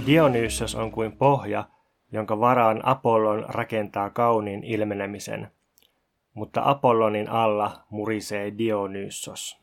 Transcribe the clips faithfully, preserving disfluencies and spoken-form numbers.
Dionysos on kuin pohja, jonka varaan Apollon rakentaa kauniin ilmenemisen, mutta Apollonin alla murisee Dionysos.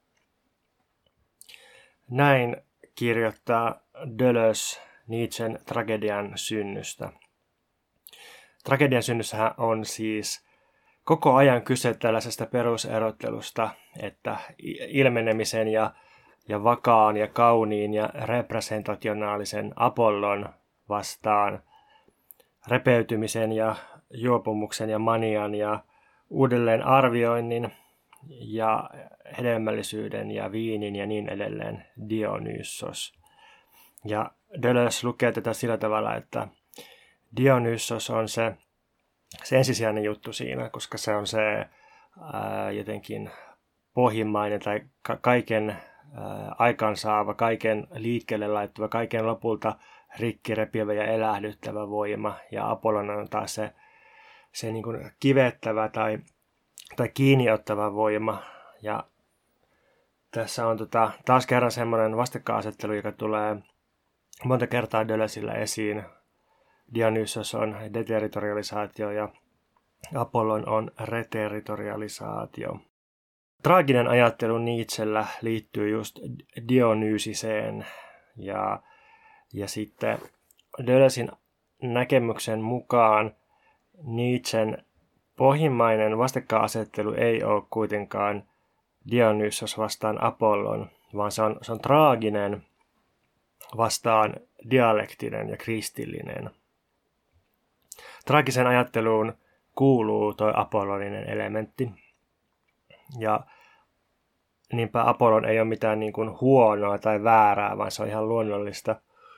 Näin kirjoittaa Deleuze Nietzschen tragedian synnystä. Tragedian synnyssähän on siis koko ajan kyse tällaisesta peruserottelusta, että ilmenemisen ja, ja vakaan ja kauniin ja representationaalisen Apollon vastaan repeytymisen ja juopumuksen ja manian ja uudelleen arvioinnin ja hedelmällisyyden ja viinin ja niin edelleen Dionysos. Ja Deleuze lukee tätä sillä tavalla, että Dionysos on se, se ensisijainen juttu siinä, koska se on se ää, jotenkin pohjimmainen tai ka- kaiken ää, aikaansaava, kaiken liikkeelle laittava, kaiken lopulta rikki repivä ja elähdyttävä voima. Ja Apollon on taas se, se niin kuin kivettävä tai, tai kiinniottava voima. Ja tässä on tota, taas kerran semmoinen vastakkainasettelu, joka tulee monta kertaa Deleuzella esiin. Dionysos on deterritorialisaatio ja Apollon on reterritorialisaatio. Traaginen ajattelu Nietzschellä liittyy just Dionysiseen ja, ja sitten Deleuzin näkemyksen mukaan Nietzschen pohjimmainen vastakkainasettelu ei ole kuitenkaan Dionysos vastaan Apollon, vaan se on, se on traaginen vastaan dialektinen ja kristillinen. Traagiseen ajatteluun kuuluu tuo apolloninen elementti. Ja niinpä Apollon ei ole mitään niin kuin huonoa tai väärää, vaan se on ihan luonnollista.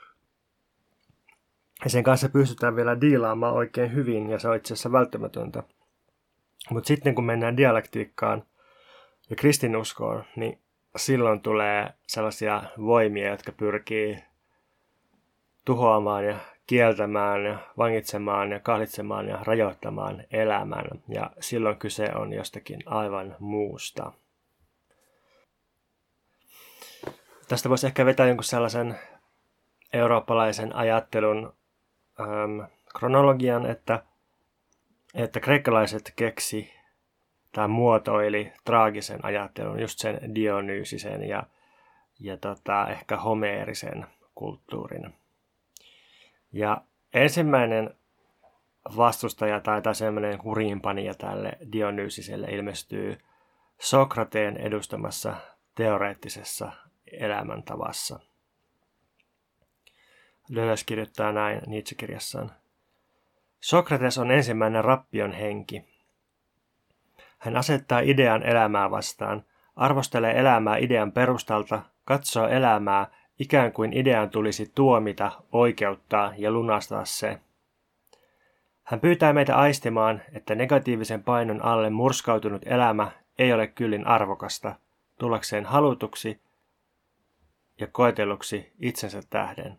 Ja sen kanssa pystytään vielä diilaamaan oikein hyvin, ja se on itse asiassa välttämätöntä. Mutta sitten kun mennään dialektiikkaan ja kristinuskoon, niin silloin tulee sellaisia voimia, jotka pyrkii tuhoamaan ja kieltämään ja vangitsemaan ja kahlitsemaan ja rajoittamaan elämän. Ja silloin kyse on jostakin aivan muusta. Tästä voisi ehkä vetää jonkun sellaisen eurooppalaisen ajattelun äm, kronologian, että, että kreikkalaiset keksi tai muotoili traagisen ajattelun, just sen Dionysisen ja, ja tota, ehkä homeerisen kulttuurin. Ja ensimmäinen vastustaja tai, tai semmoinen kuriinpanija tälle Dionysiselle ilmestyy Sokrateen edustamassa teoreettisessa elämäntavassa. Deleuze kirjoittaa näin Nietzsche-kirjassaan. Sokrates on ensimmäinen rappion henki. Hän asettaa idean elämää vastaan, arvostelee elämää idean perustalta, katsoo elämää ikään kuin idean tulisi tuomita, oikeuttaa ja lunastaa se. Hän pyytää meitä aistimaan, että negatiivisen painon alle murskautunut elämä ei ole kyllin arvokasta, tullakseen halutuksi ja koetelluksi itsensä tähden.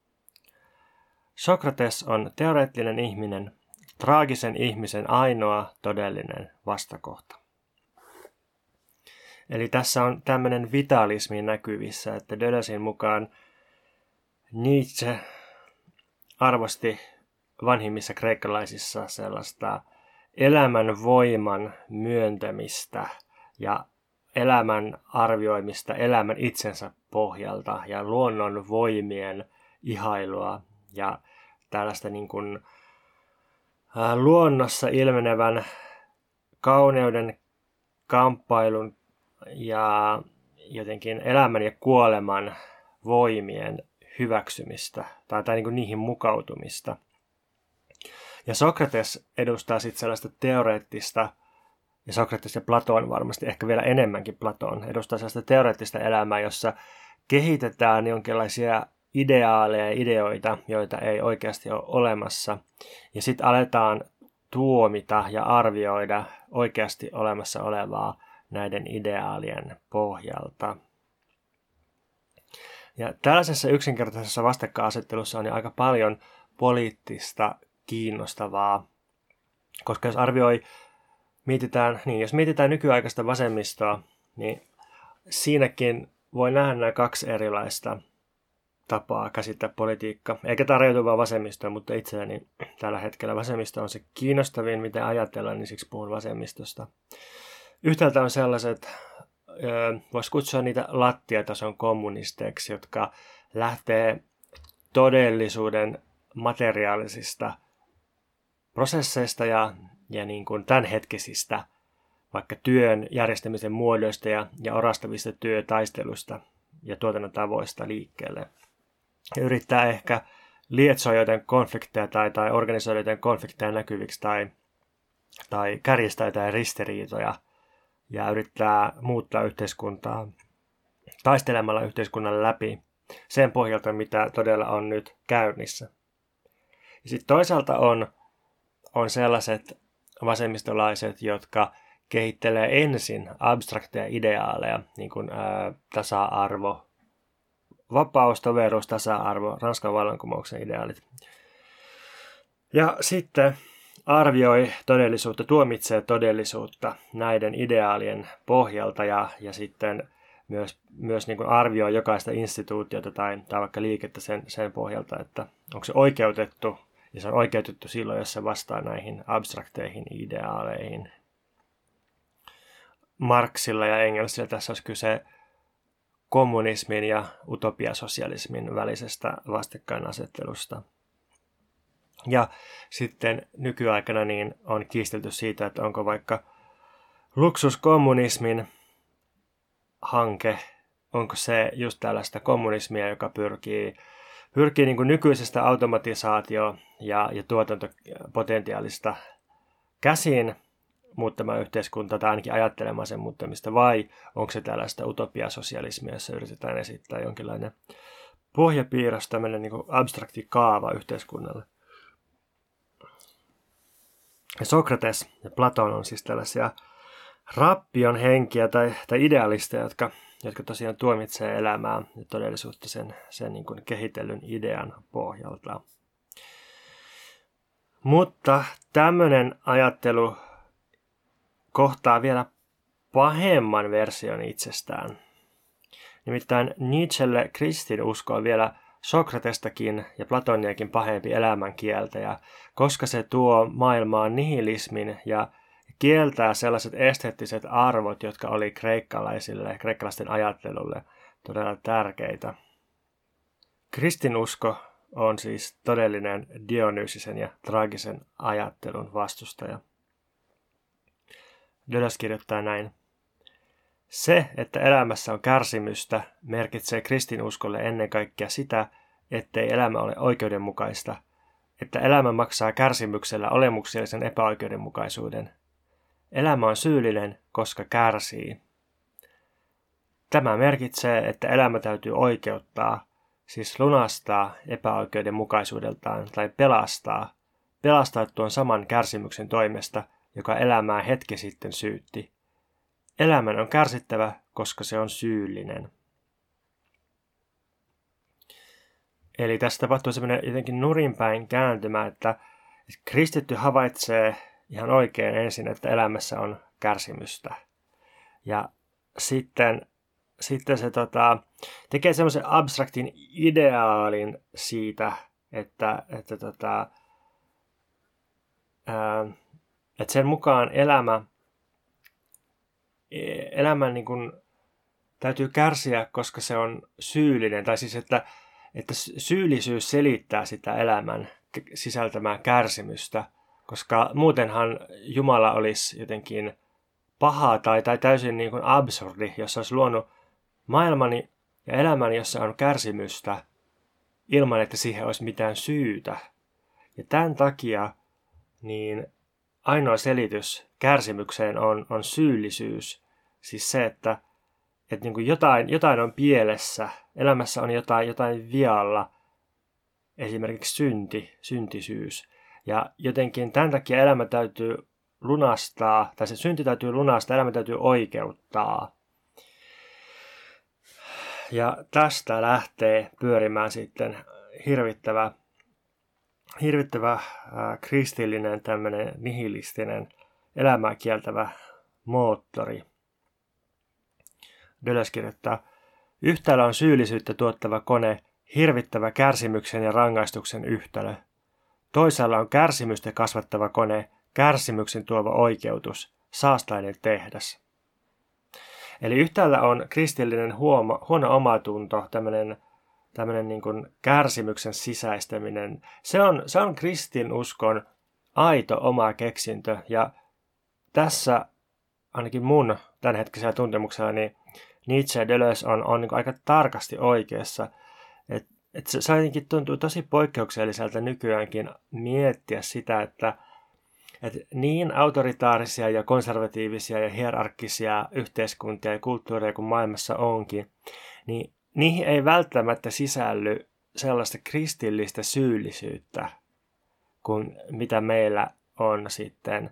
Sokrates on teoreettinen ihminen, traagisen ihmisen ainoa todellinen vastakohta. Eli tässä on tämmöinen vitalismi näkyvissä, että Deleuzin mukaan Nietzsche arvosti vanhimmissa kreikkalaisissa sellaista elämän voiman myöntämistä ja elämän arvioimista elämän itsensä pohjalta ja luonnon voimien ihailua ja tällaista niin kuin luonnossa ilmenevän kauneuden kamppailun ja jotenkin elämän ja kuoleman voimien hyväksymistä tai, tai niin kuin niihin mukautumista. Ja Sokrates edustaa sitten sellaista teoreettista, ja Sokrates ja Platon varmasti ehkä vielä enemmänkin Platon, edustaa sellaista teoreettista elämää, jossa kehitetään jonkinlaisia ideaaleja ja ideoita, joita ei oikeasti ole olemassa. Ja sitten aletaan tuomita ja arvioida oikeasti olemassa olevaa näiden ideaalien pohjalta. Ja tällaisessa yksinkertaisessa vastakkainasettelussa on jo aika paljon poliittista kiinnostavaa, koska jos arvioi, mietitään, niin jos mietitään nykyaikaista vasemmistoa, niin siinäkin voi nähdä nämä kaksi erilaista tapaa käsittää politiikka. Eikä tarjoutu vaan vasemmistoon, mutta itselläni tällä hetkellä vasemmisto on se kiinnostavin, miten ajatellaan, niin siksi puhun vasemmistosta. Yhtäältä on sellaiset, voisi kutsua niitä lattiatason kommunisteiksi, jotka lähtee todellisuuden materiaalisista prosesseista ja, ja niin kuin tämänhetkisistä vaikka työn järjestämisen muodoista ja, ja orastavista työtaistelusta ja tuotannon tavoista liikkeelle. Ja yrittää ehkä lietsoa jotain konflikteja tai, tai organisoida jotain konflikteja näkyviksi tai, tai kärjistää jotain ristiriitoja ja yrittää muuttaa yhteiskuntaa taistelemalla yhteiskunnan läpi sen pohjalta, mitä todella on nyt käynnissä. Ja sitten toisaalta on, on sellaiset vasemmistolaiset, jotka kehittelee ensin abstrakteja ideaaleja, niin kuin ää, tasa-arvo, vapaus, toveruus, tasa-arvo, Ranskan vallankumouksen ideaalit. Ja sitten arvioi todellisuutta, tuomitsee todellisuutta näiden ideaalien pohjalta ja, ja sitten myös, myös niin kuin arvioi jokaista instituutiota tai, tai vaikka liikettä sen, sen pohjalta, että onko se oikeutettu, ja se on oikeutettu silloin, jos se vastaa näihin abstrakteihin ideaaleihin. Marxilla ja Engelsillä tässä olisi kyse kommunismin ja utopiasosialismin välisestä vastakkainasettelusta. Ja sitten nykyaikana niin on kiistelty siitä, että onko vaikka luksuskommunismin hanke, onko se just tällaista kommunismia, joka pyrkii, pyrkii niin kuin nykyisestä automatisaatio- ja, ja tuotantopotentiaalista käsiin muuttamaan yhteiskuntaa tai ainakin ajattelemaan sen muuttamista, vai onko se tällaista utopiasosialismia, jossa yritetään esittää jonkinlainen pohjapiirros, tämmöinen niin kuin abstrakti kaava yhteiskunnalle. Ja Sokrates ja Platon on siis tällaisia rappion henkiä tai, tai idealisteja, jotka, jotka tosiaan tuomitsee elämää ja todellisuutta sen, sen niin kuin kehitellyn idean pohjalta. Mutta tämmöinen ajattelu kohtaa vielä pahemman version itsestään. Nimittäin Nietzschelle kristinusko on vielä Sokratestakin ja Platoniakin pahempi elämänkieltä, ja koska se tuo maailmaan nihilismin ja kieltää sellaiset esteettiset arvot, jotka oli kreikkalaisille, kreikkalaisten ajattelulle todella tärkeitä. Kristinusko on siis todellinen Dionysisen ja traagisen ajattelun vastustaja. Deleuze kirjoittaa näin. Se, että elämässä on kärsimystä, merkitsee kristinuskolle ennen kaikkea sitä, ettei elämä ole oikeudenmukaista, että elämä maksaa kärsimyksellä olemuksellisen epäoikeudenmukaisuuden. Elämä on syyllinen, koska kärsii. Tämä merkitsee, että elämä täytyy oikeuttaa, siis lunastaa epäoikeudenmukaisuudeltaan tai pelastaa, pelastaa tuon saman kärsimyksen toimesta, joka elämää hetki sitten syytti. Elämän on kärsittävä, koska se on syyllinen. Eli tässä tapahtuu semmoinen jotenkin nurinpäin kääntymä, että kristitty havaitsee ihan oikein ensin, että elämässä on kärsimystä. Ja sitten, sitten se tota, tekee semmoisen abstraktin ideaalin siitä, että, että, tota, ää, että sen mukaan elämä Elämän niin kuin täytyy kärsiä, koska se on syyllinen. Tai siis, että, että syyllisyys selittää sitä elämän sisältämää kärsimystä. Koska muutenhan Jumala olisi jotenkin paha tai, tai täysin niin kuin absurdi, jos olisi luonut maailmani ja elämäni, jossa on kärsimystä, ilman että siihen olisi mitään syytä. Ja tämän takia niin ainoa selitys kärsimykseen on, on syyllisyys. Siis se, että, että niin kuin jotain, jotain on pielessä, elämässä on jotain, jotain vialla, esimerkiksi synti, syntisyys. Ja jotenkin tämän takia elämä täytyy lunastaa, tai se synti täytyy lunastaa, elämä täytyy oikeuttaa. Ja tästä lähtee pyörimään sitten hirvittävä Hirvittävä äh, kristillinen, tämmöinen nihilistinen, elämää kieltävä moottori. Deleuze kirjoittaa, yhtäällä on syyllisyyttä tuottava kone, hirvittävä kärsimyksen ja rangaistuksen yhtälö. Toisaalla on kärsimystä kasvattava kone, kärsimyksen tuova oikeutus, saastainen tehdas. Eli yhtäällä on kristillinen huono, huono omatunto, tämmöinen tämmöinen niin kuin kärsimyksen sisäistäminen. Se on, se on kristinuskon aito oma keksintö, ja tässä ainakin mun tämänhetkisellä tuntemuksella niin Nietzsche ja Deleuze on, on niin kuin aika tarkasti oikeassa. Et, et se, se jotenkin tuntuu tosi poikkeukselliselta nykyäänkin miettiä sitä, että et niin autoritaarisia ja konservatiivisia ja hierarkkisia yhteiskuntia ja kulttuureja kuin maailmassa onkin, niin niihin ei välttämättä sisälly sellaista kristillistä syyllisyyttä kuin mitä meillä on sitten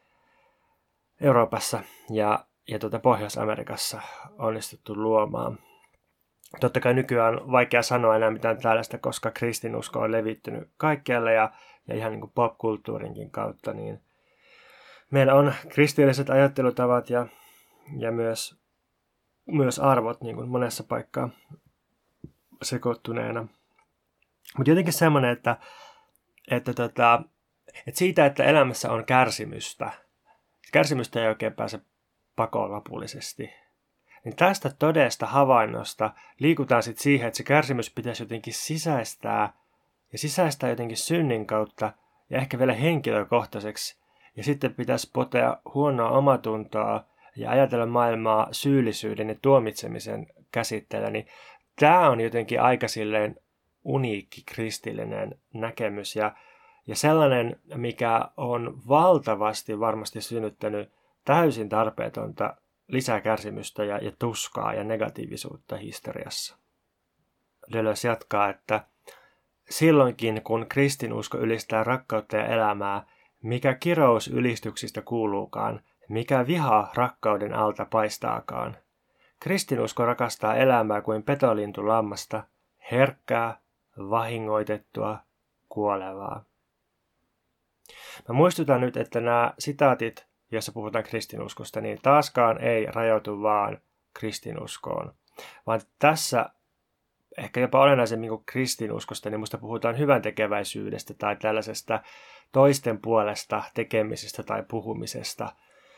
Euroopassa ja, ja tuota Pohjois-Amerikassa onnistuttu luomaan. Totta kai nykyään on vaikea sanoa enää mitään tällaista, koska kristinusko on levittynyt kaikkialle ja, ja ihan niin kuin popkulttuurinkin kautta. Niin meillä on kristilliset ajattelutavat ja, ja myös, myös arvot niin kuin monessa paikkaa sekoittuneena. Mutta jotenkin semmoinen, että, että, tota, että siitä, että elämässä on kärsimystä, kärsimystä ei oikein pääse pakoon lopullisesti, niin tästä todesta havainnosta liikutaan sitten siihen, että se kärsimys pitäisi jotenkin sisäistää ja sisäistää jotenkin synnin kautta ja ehkä vielä henkilökohtaiseksi. Ja sitten pitäisi potea huonoa omatuntoa ja ajatella maailmaa syyllisyyden ja tuomitsemisen käsitteellä. Niin tämä on jotenkin aika silleen uniikki kristillinen näkemys ja, ja sellainen, mikä on valtavasti varmasti synnyttänyt täysin tarpeetonta lisäkärsimystä ja, ja tuskaa ja negatiivisuutta historiassa. Deleuze jatkaa, että silloinkin kun kristinusko ylistää rakkautta ja elämää, mikä kirous ylistyksistä kuuluukaan, mikä viha rakkauden alta paistaakaan. Kristinusko rakastaa elämää kuin petolintu lammasta, herkkää, vahingoitettua, kuolevaa. Mä muistutan nyt, että nämä sitaatit, jossa puhutaan kristinuskosta, niin taaskaan ei rajoitu vaan kristinuskoon, vaan tässä ehkä jopa olennaisemmin kuin kristinuskosta, niin musta puhutaan hyvän tekeväisyydestä tai tällaisesta toisten puolesta tekemisestä tai puhumisesta.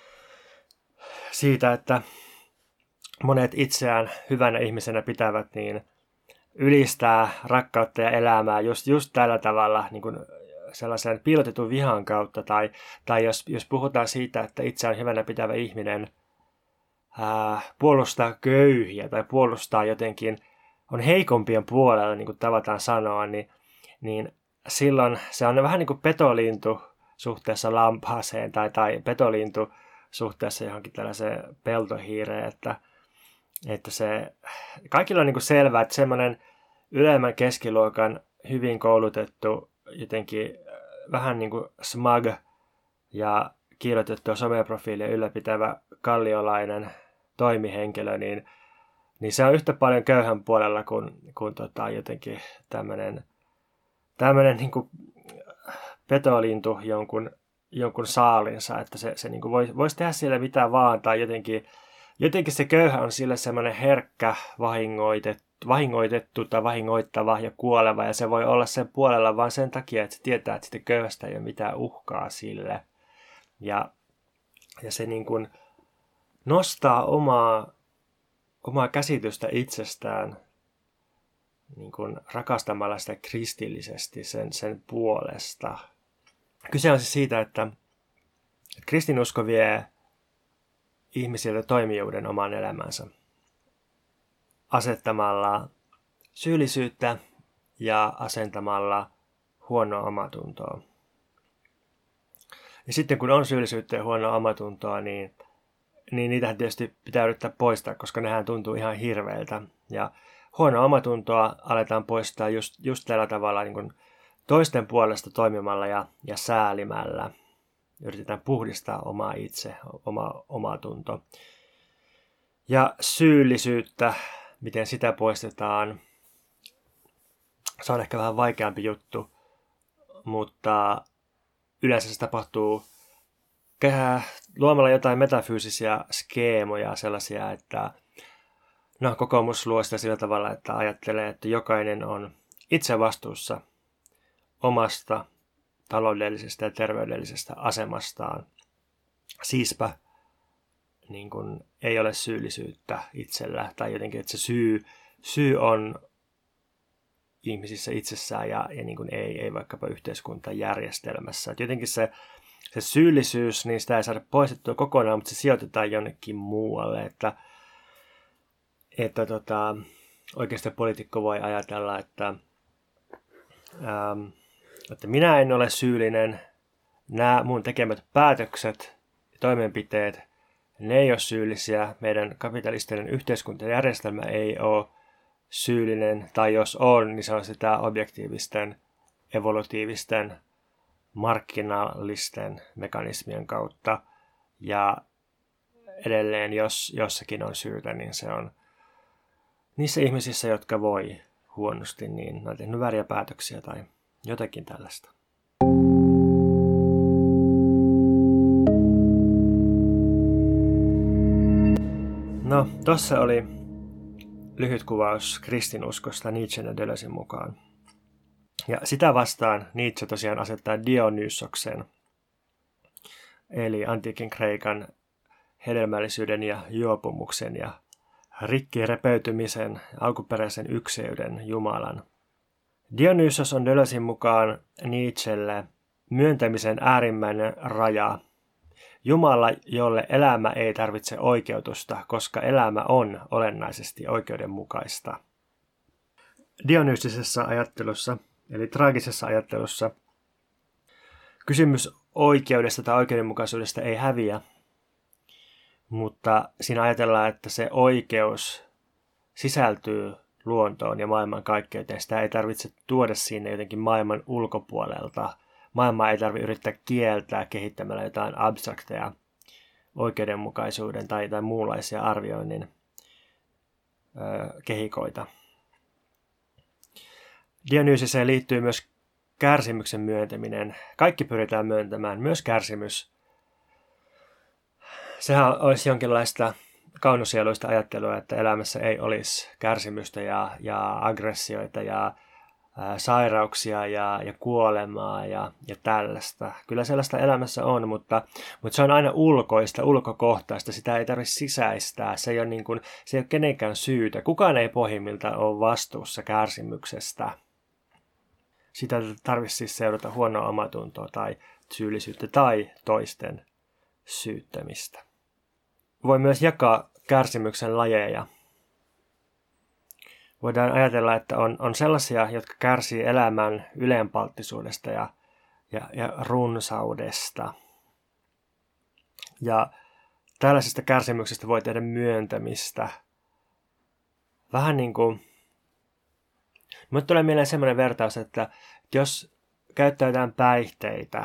Siitä, että monet itseään hyvänä ihmisenä pitävät, niin ylistää rakkautta ja elämää just, just tällä tavalla niin kuin sellaisen piilotetun vihan kautta. Tai, tai jos, jos puhutaan siitä, että itseään hyvänä pitävä ihminen ää, puolustaa köyhiä tai puolustaa jotenkin, on heikompien puolella, niin kuin tavataan sanoa, niin, niin silloin se on vähän niin kuin petolintu suhteessa lampaaseen tai, tai petolintu suhteessa johonkin tällaiseen peltohiireen, että, että se, kaikilla on niin kuin selvää, että semmoinen ylemmän keskiluokan hyvin koulutettu, jotenkin vähän niin kuin smug ja kirjoitettua someprofiilia ylläpitävä kalliolainen toimihenkilö, niin, niin se on yhtä paljon köyhän puolella kuin, kuin tota, jotenkin tämmöinen, tämmöinen niin kuin petolintu jonkun, jonkun saalinsa, että se, se niin kuin voisi vois tehdä sille mitä vaan, tai jotenkin, jotenkin se köyhä on sille semmoinen herkkä, vahingoitettu, vahingoitettu tai vahingoittava ja kuoleva, ja se voi olla sen puolella vain sen takia, että se tietää, että sitä köyhästä ei ole mitään uhkaa sille. Ja, ja se niin kuin nostaa omaa, omaa käsitystä itsestään niin kuin rakastamalla sitä kristillisesti sen, sen puolesta. Kyse on siis siitä, että kristinusko vie ihmisiltä toimijuuden omaan elämänsä asettamalla syyllisyyttä ja asentamalla huonoa omatuntoa. Ja sitten kun on syyllisyyttä ja huonoa omatuntoa, niin, niin niitähän tietysti pitää yrittää poistaa, koska nehän tuntuu ihan hirveiltä. Ja huonoa omatuntoa aletaan poistaa just, just tällä tavalla niin kuin toisten puolesta toimimalla ja, ja säälimällä. Yritetään puhdistaa omaa itse, oma, omaa tunto. Ja syyllisyyttä, miten sitä poistetaan, se on ehkä vähän vaikeampi juttu, mutta yleensä se tapahtuu luomalla jotain metafyysisiä skeemoja, sellaisia, että No, kokoomus luo sitä sillä tavalla, että ajattelee, että jokainen on itse vastuussa omasta taloudellisesta ja terveydellisestä asemastaan. Siispä niin kun, ei ole syyllisyyttä itsellä, tai jotenkin, että se syy, syy on ihmisissä itsessään ja, ja niin kun ei, ei vaikkapa yhteiskuntajärjestelmässä. Et jotenkin se, se syyllisyys, niin sitä ei saada poistettua kokonaan, mutta se sijoitetaan jonnekin muualle. Että, että tota, oikeastaan poliitikko voi ajatella, että, ähm, että minä en ole syyllinen, nämä mun tekemät päätökset ja toimenpiteet, ne ei ole syyllisiä, meidän kapitalistinen yhteiskuntajärjestelmä ei ole syyllinen, tai jos on, niin se on sitä objektiivisten, evolutiivisten, markkinallisten mekanismien kautta. Ja edelleen, jos jossakin on syytä, niin se on niissä ihmisissä, jotka voi huonosti, niin ne on tehnyt vääriä päätöksiä tai jotakin tällaista. No, tossa oli lyhyt kuvaus kristinuskosta Nietzschen ja Deleuzen mukaan. Ja sitä vastaan Nietzsche tosiaan asettaa Dionysoksen, eli antiikin Kreikan hedelmällisyyden ja juopumuksen ja rikkirepeytymisen alkuperäisen ykseyden Jumalan. Dionysos on Deleuzen mukaan Nietzschelle myöntämisen äärimmäinen raja. Jumala, jolle elämä ei tarvitse oikeutusta, koska elämä on olennaisesti oikeudenmukaista. Dionysisessa ajattelussa, eli traagisessa ajattelussa, kysymys oikeudesta tai oikeudenmukaisuudesta ei häviä, mutta siinä ajatellaan, että se oikeus sisältyy luontoon ja maailman kaikkeuteen. Sitä ei tarvitse tuoda sinne jotenkin maailman ulkopuolelta. Maailmaa ei tarvitse yrittää kieltää kehittämällä jotain abstrakteja oikeudenmukaisuuden tai, tai muunlaisia arvioinnin ö, kehikoita. Dionysiseen liittyy myös kärsimyksen myöntäminen. Kaikki pyritään myöntämään, myös kärsimys. Sehän olisi jonkinlaista kaunosieluista ajattelua, että elämässä ei olisi kärsimystä ja, ja aggressioita ja ää, sairauksia ja, ja kuolemaa ja, ja tällaista. Kyllä sellaista elämässä on, mutta, mutta se on aina ulkoista, ulkokohtaista. Sitä ei tarvitse sisäistää. Se ei ole, niin kuin, se ei ole kenenkään syytä. Kukaan ei pohjimmilta ole vastuussa kärsimyksestä. Sitä tarvitsisi siis seurata huonoa omatuntoa tai syyllisyyttä tai toisten syyttämistä. Voi myös jakaa kärsimyksen lajeja. Voidaan ajatella, että on, on sellaisia, jotka kärsii elämän ylenpalttisuudesta ja, ja, ja runsaudesta. Ja tällaisesta kärsimyksestä voi tehdä myöntämistä. Vähän niin kuin... Mutta tulee mieleen semmoinen vertaus, että jos käyttää jotain päihteitä,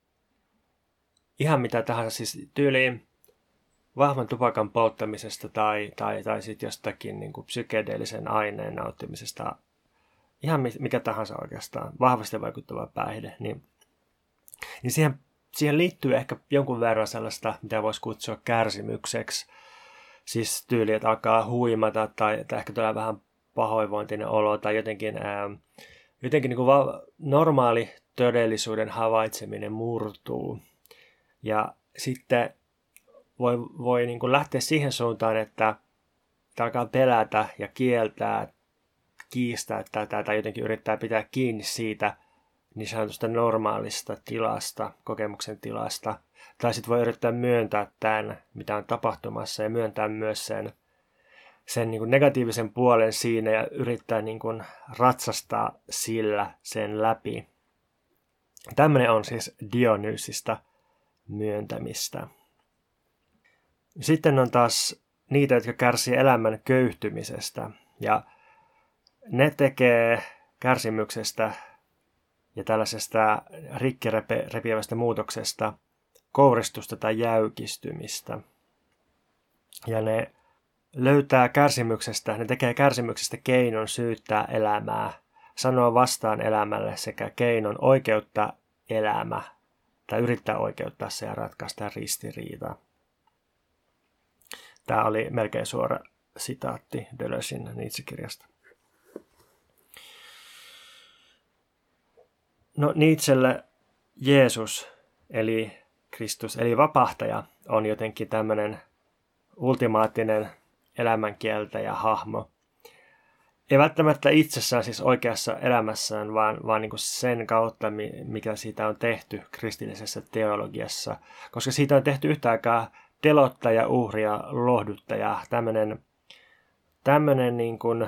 ihan mitä tahansa, siis tyyliin vahvan tupakan polttamisesta tai, tai, tai sitten jostakin niin kuin psykedeellisen aineen nauttimisesta, ihan mikä tahansa oikeastaan, vahvasti vaikuttava päihde, niin, niin siihen, siihen liittyy ehkä jonkun verran sellaista, mitä voisi kutsua kärsimykseksi. Siis tyyli, että alkaa huimata tai, tai ehkä tulee vähän pahoinvointinen olo tai jotenkin, ää, jotenkin niin kuin va- normaali todellisuuden havaitseminen murtuu. Ja sitten voi, voi niin kuin lähteä siihen suuntaan, että alkaa pelätä ja kieltää, kiistää tätä tai jotenkin yrittää pitää kiinni siitä niin sanotusta normaalista tilasta, kokemuksen tilasta. Tai sitten voi yrittää myöntää tämän, mitä on tapahtumassa ja myöntää myös sen, sen niin kuin negatiivisen puolen siinä ja yrittää niin kuin ratsastaa sillä sen läpi. Tämmöinen on siis Dionysista myöntämistä. Sitten on taas niitä, jotka kärsii elämän köyhtymisestä. Ja ne tekee kärsimyksestä ja tällaisesta rikkirepiävästä muutoksesta kouristusta tai jäykistymistä. Ja ne löytää kärsimyksestä, ne tekee kärsimyksestä keinon syyttää elämää, sanoa vastaan elämälle sekä keinon oikeuttaa elämä tai yrittää oikeuttaa se ja ratkaista ristiriitaa. Tämä oli melkein suora sitaatti Deleuzen Nietzsche-kirjasta. No Nietzschelle Jeesus, eli Kristus, eli vapahtaja, on jotenkin tämmöinen ultimaattinen elämänkieltäjä hahmo. Ei välttämättä itsessään siis oikeassa elämässään, vaan, vaan niin kuin sen kautta, mikä siitä on tehty kristillisessä teologiassa. Koska siitä on tehty yhtä aikaa telottaja, uhri ja lohduttaja. Tämmöinen, tämmöinen niin kuin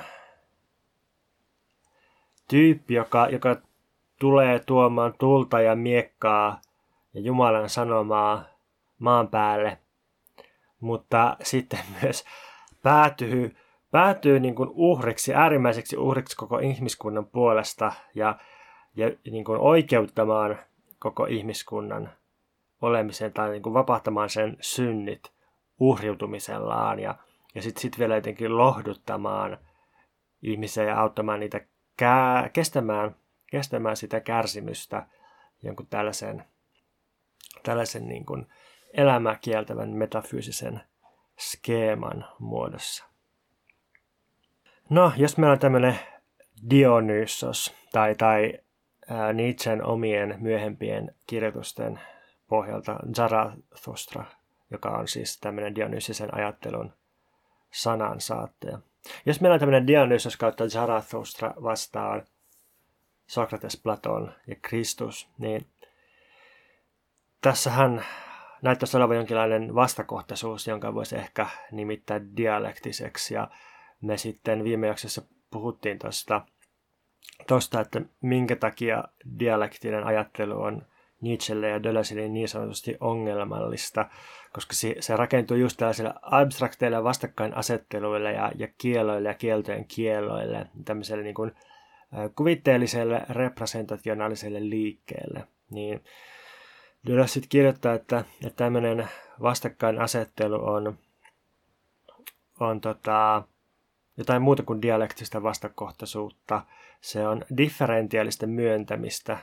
tyyppi, joka, joka tulee tuomaan tulta ja miekkaa ja Jumalan sanomaa maan päälle, mutta sitten myös päätyy, päätyy niin kuin uhriksi, äärimmäiseksi uhriksi koko ihmiskunnan puolesta ja, ja niin kuin oikeuttamaan koko ihmiskunnan olemisen tai niin kuin vapahtamaan sen synnit uhriutumisellaan ja, ja sitten sit vielä jotenkin lohduttamaan ihmisiä ja auttamaan niitä kää, kestämään, kestämään sitä kärsimystä jonkun tällaisen, tällaisen niin kuin elämää kieltävän metafyysisen skeeman muodossa. No, jos meillä on tämmöinen Dionysos tai, tai ää, Nietzschen omien myöhempien kirjoitusten pohjalta Zarathustra, joka on siis tämmöinen Dionysisen ajattelun sanansaattaja. Jos meillä on tämmöinen Dionysos kautta Zarathustra vastaan Sokrates, Platon ja Kristus, niin tässähän näyttäisi olevan jonkinlainen vastakohtaisuus, jonka voisi ehkä nimittää dialektiseksi. Ja me sitten viime jaksossa puhuttiin tuosta, tosta, että minkä takia dialektinen ajattelu on Nietzschelle ja Deleuzelle niin sanotusti ongelmallista, koska se, se rakentuu just tällaisille abstrakteille vastakkainasetteluille ja, ja kieloille ja kieltojen kieloille, tämmöiselle niin kuin kuvitteelliselle representationaaliselle liikkeelle. Niin Deleuze sitten kirjoittaa, että, että tämmöinen vastakkainasettelu on, on tota, jotain muuta kuin dialektista vastakohtaisuutta. Se on differentiaalista myöntämistä.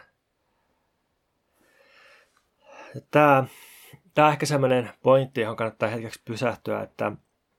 Tämä, tämä on ehkä semmoinen pointti, johon kannattaa hetkeksi pysähtyä, että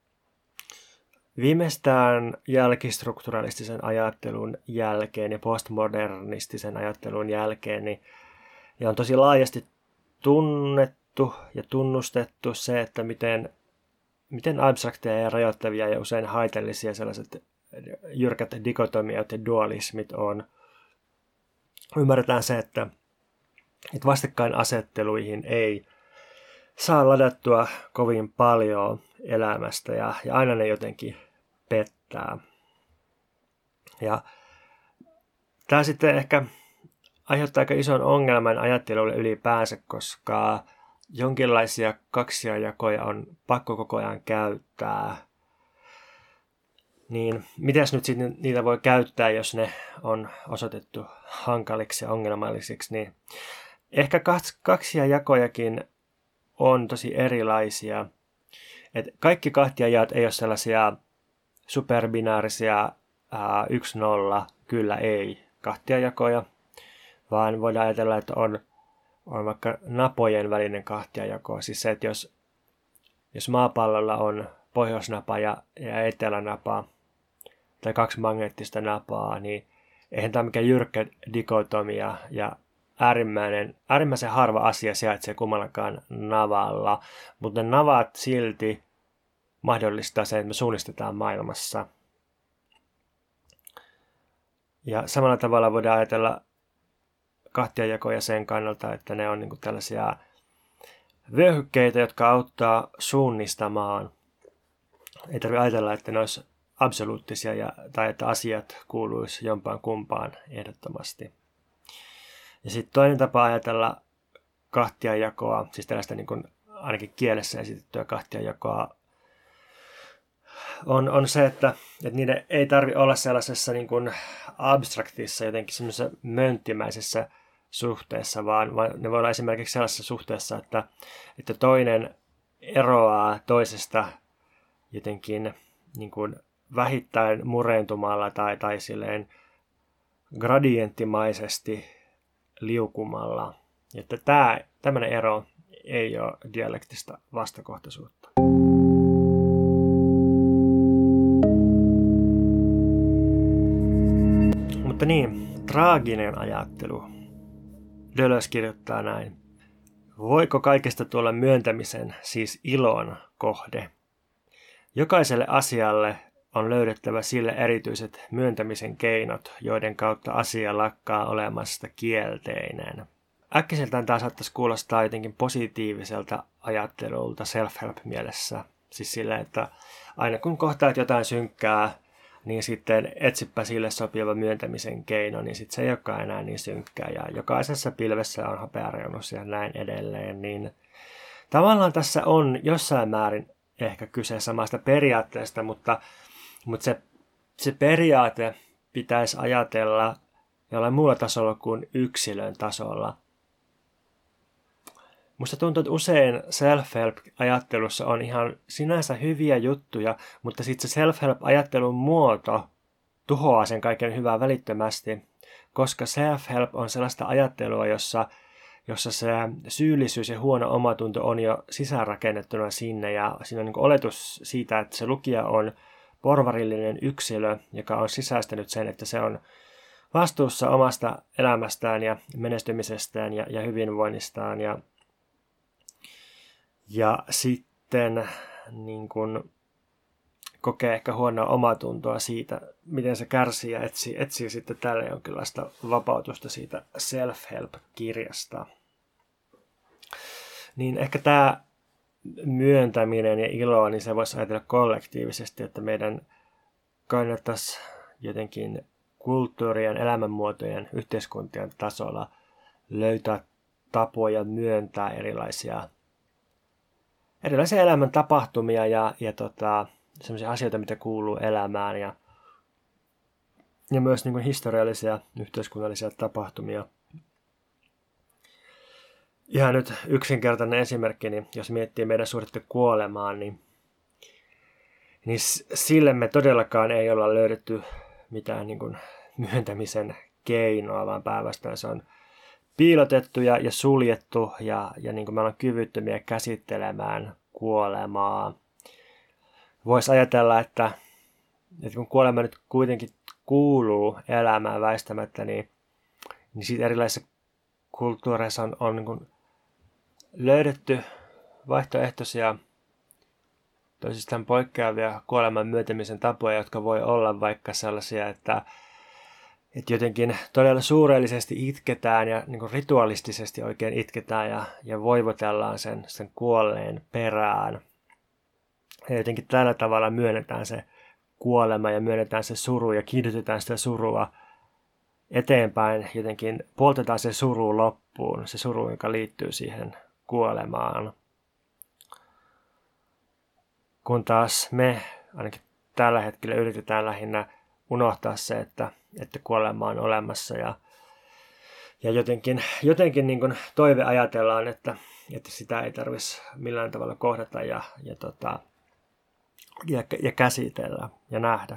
viimeistään jälkistrukturalistisen ajattelun jälkeen ja postmodernistisen ajattelun jälkeen niin, niin on tosi laajasti tunnettu ja tunnustettu se, että miten, miten abstrakteja ja rajoittavia ja usein haitallisia sellaiset jyrkät dikotomiat ja dualismit on. Ymmärretään se, että, että vastakkainasetteluihin ei saa ladattua kovin paljon elämästä ja, ja aina ne jotenkin pettää. Ja tämä sitten ehkä aiheuttaa aika ison ongelman ajattelulle ylipäänsä, koska jonkinlaisia kaksijakoja on pakko koko ajan käyttää. Niin mitäs nyt sitten niitä voi käyttää, jos ne on osoitettu hankaliksi ja ongelmallisiksi, niin ehkä kaksijakojakin on tosi erilaisia. Et kaikki kahtiajaot ei ole sellaisia superbinaarisia ää, yksi nolla, kyllä ei kahtiajakoja, vaan voidaan ajatella, että on, on vaikka napojen välinen kahtiajako. Siis se, että jos, jos maapallolla on pohjoisnapa ja, ja etelänapa tai kaksi magneettista napaa, niin eihän tämä mikään jyrkkä dikotomia ja äärimmäinen, äärimmäisen harva asia sijaitsee kummallakaan navalla, mutta ne navat silti mahdollistaa sen, että me suunnistetaan maailmassa. Ja samalla tavalla voidaan ajatella kahtiajakoja sen kannalta, että ne on niin kuin tällaisia vyöhykkeitä, jotka auttaa suunnistamaan. Ei tarvitse ajatella, että ne olisi absoluuttisia ja, tai että asiat kuuluisi jompaan kumpaan ehdottomasti. Ja sitten toinen tapa ajatella kahtiajakoa, siis tällaista niin kuin ainakin kielessä esitettyä kahtiajakoa, on, on se, että, että niiden ei tarvitse olla sellaisessa niin kuin abstraktissa, jotenkin semmoisessa mönttimäisessä suhteessa, vaan, vaan ne voi olla esimerkiksi sellaisessa suhteessa, että, että toinen eroaa toisesta jotenkin niin kuin vähittäin murentumalla tai, tai silleen gradienttimaisesti liukumalla. Että tämä, tämmöinen ero ei ole dialektista vastakohtaisuutta. Mutta niin, traaginen ajattelu. Deleuze kirjoittaa näin. Voiko kaikesta tulla myöntämisen, siis ilon kohde? Jokaiselle asialle on löydettävä sille erityiset myöntämisen keinot, joiden kautta asia lakkaa olemasta kielteinen. Äkkiseltään tämä saattaisi kuulostaa jotenkin positiiviselta ajattelulta self-help-mielessä. Siis sillä, että aina kun kohtaat jotain synkkää, niin sitten etsipä sille sopiva myöntämisen keino, niin sitten se ei olekaan enää niin synkkää. Ja jokaisessa pilvessä on hopeareunus ja näin edelleen. Niin tavallaan tässä on jossain määrin ehkä kyse samasta periaatteesta, mutta, mutta se, se periaate pitäisi ajatella jollain muulla tasolla kuin yksilön tasolla. Musta tuntuu, että usein self-help-ajattelussa on ihan sinänsä hyviä juttuja, mutta sitten se self-help-ajattelun muoto tuhoaa sen kaiken hyvää välittömästi, koska self-help on sellaista ajattelua, jossa, jossa se syyllisyys ja huono omatunto on jo sisäänrakennettuna sinne, ja siinä on niin kuin oletus siitä, että se lukija on porvarillinen yksilö, joka on sisäistänyt sen, että se on vastuussa omasta elämästään ja menestymisestään ja, ja hyvinvoinnistaan, ja Ja sitten niin kun, kokee ehkä huonoa omatuntoa siitä, miten se kärsii ja etsii, etsii sitten tälle jonkinlaista vapautusta siitä self-help-kirjasta. Niin ehkä tämä myöntäminen ja ilo, niin se voisi ajatella kollektiivisesti, että meidän kannattaisi jotenkin kulttuurien, elämänmuotojen, yhteiskuntien tasolla löytää tapoja myöntää erilaisia erilaisia elämän tapahtumia ja, ja tota, sellaisia asioita, mitä kuuluu elämään ja, ja myös niin kuin historiallisia yhteiskunnallisia tapahtumia. Ihan nyt yksinkertainen esimerkki, niin jos miettii meidän suhdetta kuolemaan, niin, niin sille me todellakaan ei olla löydetty mitään niin kuin myöntämisen keinoa, vaan päinvastoin se on piilotettu ja, ja suljettu ja, ja niin kuin me ollaan kyvyttömiä käsittelemään kuolemaa. Voisi ajatella, että, että kun kuolema nyt kuitenkin kuuluu elämään väistämättä, niin, niin siitä erilaisissa kulttuureissa on, on niin kuin löydetty vaihtoehtoisia toisistaan poikkeavia kuoleman myöntämisen tapoja, jotka voi olla vaikka sellaisia, että Että jotenkin todella suurellisesti itketään ja niin kuin ritualistisesti oikein itketään ja, ja voivotellaan sen, sen kuolleen perään. Ja jotenkin tällä tavalla myönnetään se kuolema ja myönnetään se suru ja kiihdytetään sitä surua eteenpäin. Jotenkin poltetaan se suru loppuun, se suru, joka liittyy siihen kuolemaan. Kun taas me ainakin tällä hetkellä yritetään lähinnä unohtaa se, että, että kuolema on olemassa ja, ja jotenkin, jotenkin niin kuin toive ajatellaan, että, että sitä ei tarvitsisi millään tavalla kohdata ja, ja, tota, ja, ja käsitellä ja nähdä.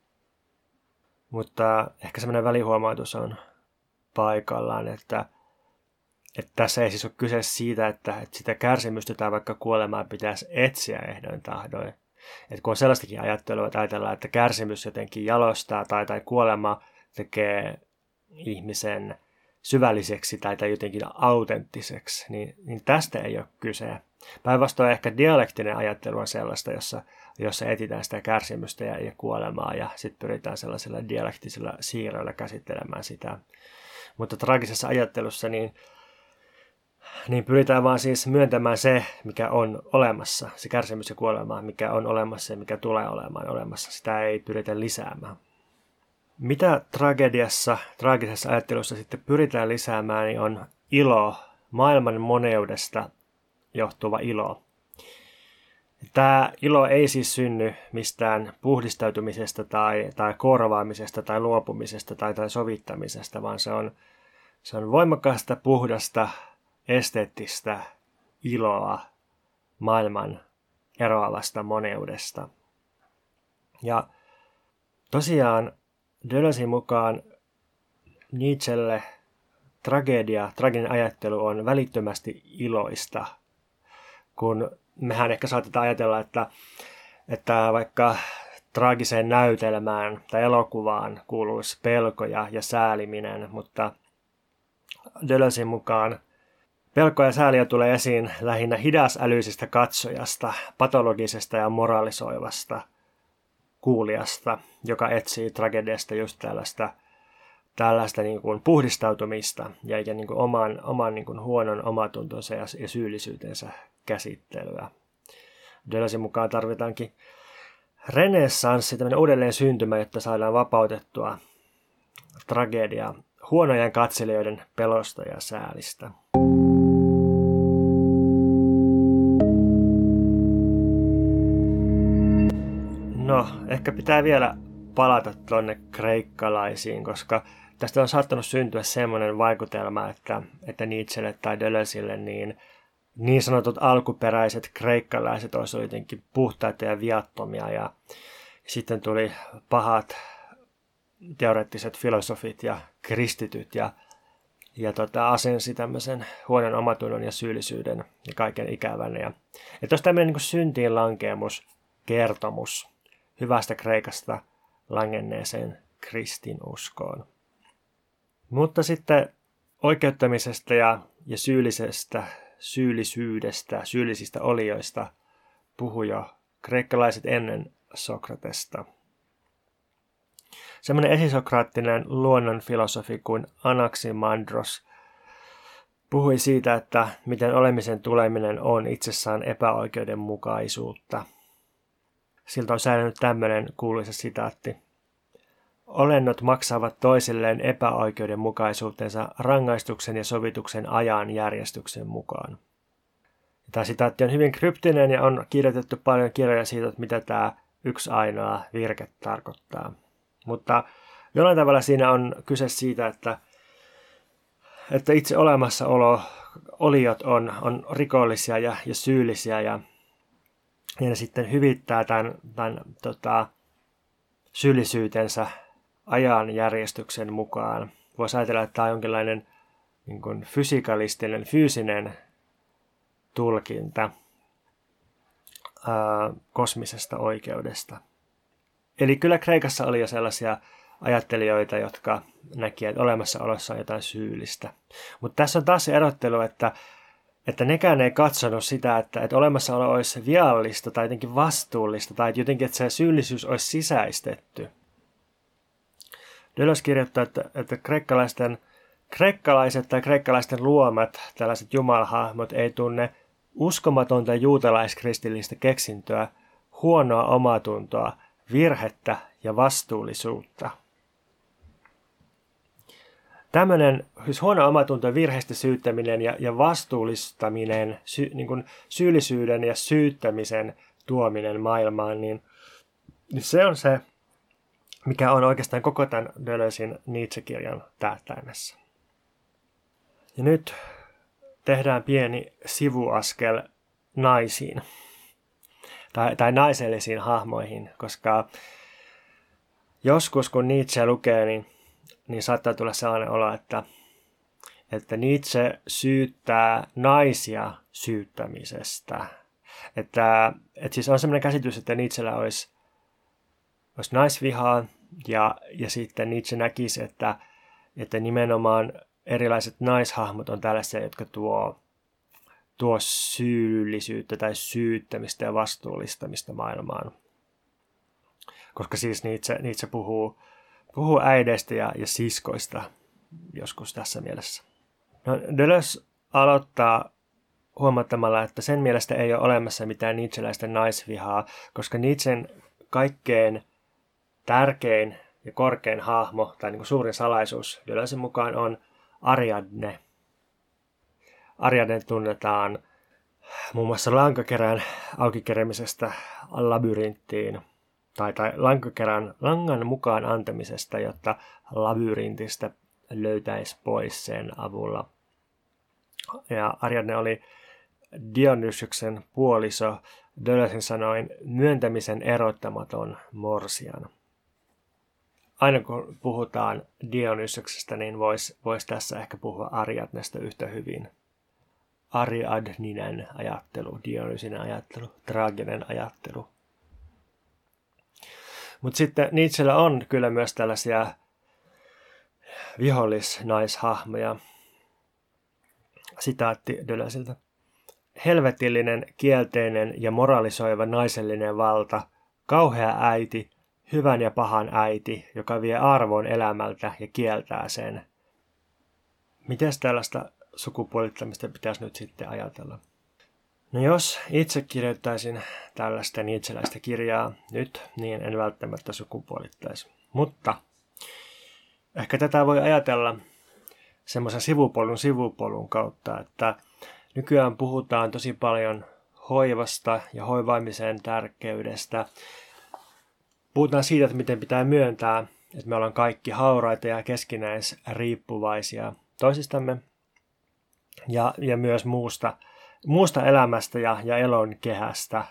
Mutta ehkä semmoinen välihuomautus on paikallaan, että, että tässä ei siis ole kyse siitä, että, että sitä kärsimystä tai vaikka kuolemaa pitäisi etsiä ehdoin tahdoin. Että kun on sellaistakin ajattelua, että ajatellaan, että kärsimys jotenkin jalostaa tai, tai kuolema tekee ihmisen syvälliseksi tai, tai jotenkin autenttiseksi, niin, niin tästä ei ole kyse. Päinvastoin ehkä dialektinen ajattelu on sellaista, jossa, jossa etsitään sitä kärsimystä ja, ja kuolemaa ja sitten pyritään sellaisilla dialektisilla siirroilla käsittelemään sitä. Mutta traagisessa ajattelussa niin Niin pyritään vaan siis myöntämään se, mikä on olemassa, se kärsimys ja kuolema, mikä on olemassa ja mikä tulee olemaan olemassa. Sitä ei pyritä lisäämään. Mitä tragediassa, traagisessa ajattelussa sitten pyritään lisäämään, niin on ilo, maailman moneudesta johtuva ilo. Tämä ilo ei siis synny mistään puhdistautumisesta tai, tai korvaamisesta tai luopumisesta tai, tai sovittamisesta, vaan se on, se on voimakasta, puhdasta, esteettistä iloa maailman eroavasta moneudesta. Ja tosiaan Deleuzen mukaan Nietzschelle tragedia, traginen ajattelu on välittömästi iloista, kun mehän ehkä saatetaan ajatella, että, että vaikka traagiseen näytelmään tai elokuvaan kuuluisi pelko ja, ja sääliminen, mutta Deleuzen mukaan pelko ja sääliä tulee esiin lähinnä hidasälyisistä katsojasta, patologisesta ja moralisoivasta kuulijasta, joka etsii tragediasta just tällaista, tällaista niin kuin puhdistautumista ja, ja niin kuin oman, oman niin kuin huonon omatuntonsa ja, ja syyllisyytensä käsittelyä. Deleuzen mukaan tarvitaankin renessanssi, tämmöinen uudelleen syntymä, jotta saadaan vapautettua tragedia huonojen katselijoiden pelosta ja säälistä. No, ehkä pitää vielä palata tuonne kreikkalaisiin, koska tästä on saattanut syntyä semmoinen vaikutelma, että, että Nietzschelle tai Deleuzelle niin, niin sanotut alkuperäiset kreikkalaiset olisivat jotenkin puhtaita ja viattomia, ja sitten tuli pahat teoreettiset filosofit ja kristityt ja, ja tota, asensi tämmöisen huonon omatunnon ja syyllisyyden ja kaiken ikävän. Ja, että olisi tämmöinen niin kuin syntiin lankeemus kertomus hyvästä Kreikasta langenneeseen kristinuskoon. Mutta sitten oikeuttamisesta ja, ja syyllisestä, syyllisyydestä, syyllisistä olijoista puhui jo kreikkalaiset ennen Sokratesta. Semmoinen esisokraattinen luonnonfilosofi kuin Anaximandros puhui siitä, että miten olemisen tuleminen on itsessään epäoikeudenmukaisuutta. Siltä on säilynyt tämmöinen kuuluisa sitaatti. Olennot maksavat toisilleen epäoikeudenmukaisuutensa rangaistuksen ja sovituksen ajan järjestyksen mukaan. Tämä sitaatti on hyvin kryptinen ja on kirjoitettu paljon kirjoja siitä, että mitä tämä yksi ainoa virke tarkoittaa. Mutta jollain tavalla siinä on kyse siitä, että, että itse olemassaolo, oliot on, on rikollisia ja, ja syyllisiä ja, ja ne sitten hyvittää tämän, tämän tota, syyllisyytensä ajan järjestyksen mukaan. Voisi ajatella, että tämä on jonkinlainen niin kuin fysikalistinen, fyysinen tulkinta ää, kosmisesta oikeudesta. Eli kyllä Kreikassa oli jo sellaisia ajattelijoita, jotka näki, että olemassaolossa on jotain syyllistä. Mutta tässä on taas se erottelu, että, että nekään ei katsonut sitä, että, että olemassaolo olisi viallista tai jotenkin vastuullista tai jotenkin, että se syyllisyys olisi sisäistetty. Deleuze kirjoittaa, että, että kreikkalaisten, kreikkalaiset tai kreikkalaisten luomat, tällaiset jumalhahmot, ei tunne uskomatonta juutalaiskristillistä keksintöä, huonoa omatuntoa, virhettä ja vastuullisuutta. Tämmöinen siis huono omatunto, virheistä syyttäminen ja, ja vastuullistaminen, sy, niin kuin syyllisyyden ja syyttämisen tuominen maailmaan, niin, niin se on se, mikä on oikeastaan koko tämän Deleuzen Nietzsche-kirjan tähtäimessä. Ja nyt tehdään pieni sivuaskel naisiin. Tai, tai naisellisiin hahmoihin, koska joskus kun Nietzsche lukee, niin, niin saattaa tulla sellainen olo, että, että Nietzsche syyttää naisia syyttämisestä. Että, että siis on sellainen käsitys, että Nietzschellä olisi, olisi naisvihaa, ja, ja sitten Nietzsche näkisi, että, että nimenomaan erilaiset naishahmot on tällaisia, jotka tuo tuo syyllisyyttä tai syyttämistä ja vastuullistamista maailmaan. Koska siis Nietzsche, Nietzsche puhuu, puhuu äideistä ja, ja siskoista joskus tässä mielessä. No, Deleuze aloittaa huomattamalla, että sen mielestä ei ole olemassa mitään nietzscheläistä naisvihaa, koska Nietzschen kaikkein tärkein ja korkein hahmo, tai niin kuin suurin salaisuus Deleuzen mukaan on Ariadne. Ariadne tunnetaan muun muassa lankakerän aukikeremisestä labyrinttiin, tai, tai lankakerän langan mukaan antamisesta, jotta labyrintistä löytäisi pois sen avulla. Ja Ariadne oli Dionysyksen puoliso, Deleuzen sanoin myöntämisen erottamaton morsian. Aina kun puhutaan Dionysyksestä, niin voisi vois tässä ehkä puhua Ariadnesta yhtä hyvin. Ariadninen ajattelu, Dionysinen ajattelu, traaginen ajattelu. Mutta sitten Nietzschellä on kyllä myös tällaisia vihollisnaishahmoja. Sitaatti Deleuzeltä. Helvetillinen, kielteinen ja moralisoiva naisellinen valta, kauhea äiti, hyvän ja pahan äiti, joka vie arvon elämältä ja kieltää sen. Miten tällaista sukupuolittamista pitäisi nyt sitten ajatella? No jos itse kirjoittaisin tällaista nietzscheläistä kirjaa nyt, niin en välttämättä sukupuolittaisi. Mutta ehkä tätä voi ajatella semmoisen sivupolun sivupolun kautta, että nykyään puhutaan tosi paljon hoivasta ja hoivaamisen tärkeydestä. Puhutaan siitä, että miten pitää myöntää, että me ollaan kaikki hauraita ja keskinäisriippuvaisia toisistamme ja, ja myös muusta, muusta elämästä ja, ja elon kehästä.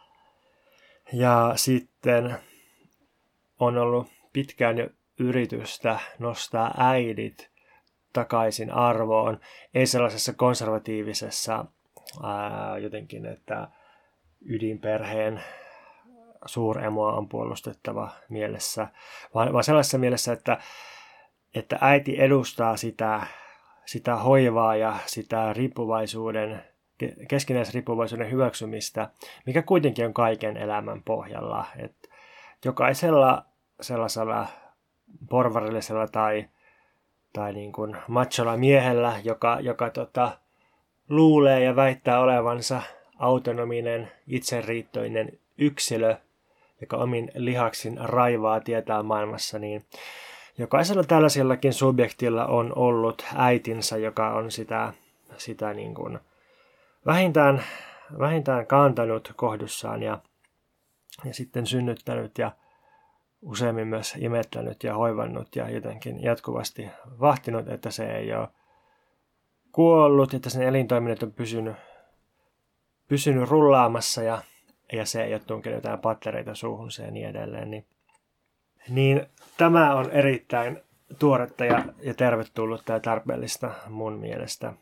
Ja sitten on ollut pitkään jo yritystä nostaa äidit takaisin arvoon, ei sellaisessa konservatiivisessa ää, jotenkin, että ydinperheen suuremoa on puolustettava mielessä, vaan, vaan sellaisessa mielessä, että, että äiti edustaa sitä, sitä hoivaa ja sitä riippuvaisuuden, keskinäisriippuvaisuuden hyväksymistä, mikä kuitenkin on kaiken elämän pohjalla. Että jokaisella sellaisella porvarillisella tai tai niin kuin macholla miehellä, joka, joka tota, luulee ja väittää olevansa autonominen, itseriittoinen yksilö, joka omin lihaksin raivaa tietää maailmassa, niin jokaisella tällaisellakin subjektilla on ollut äitinsä, joka on sitä, sitä niin kuin vähintään, vähintään kantanut kohdussaan ja, ja sitten synnyttänyt ja useimmin myös imettänyt ja hoivannut ja jotenkin jatkuvasti vahtinut, että se ei ole kuollut, että sen elintoiminnot on pysynyt, pysynyt rullaamassa ja, ja se ei ole tunkenut jotain pattereita suuhunsa ja niin edelleen. Niin, niin tämä on erittäin tuoretta ja, ja tervetullutta ja tarpeellista mun mielestä.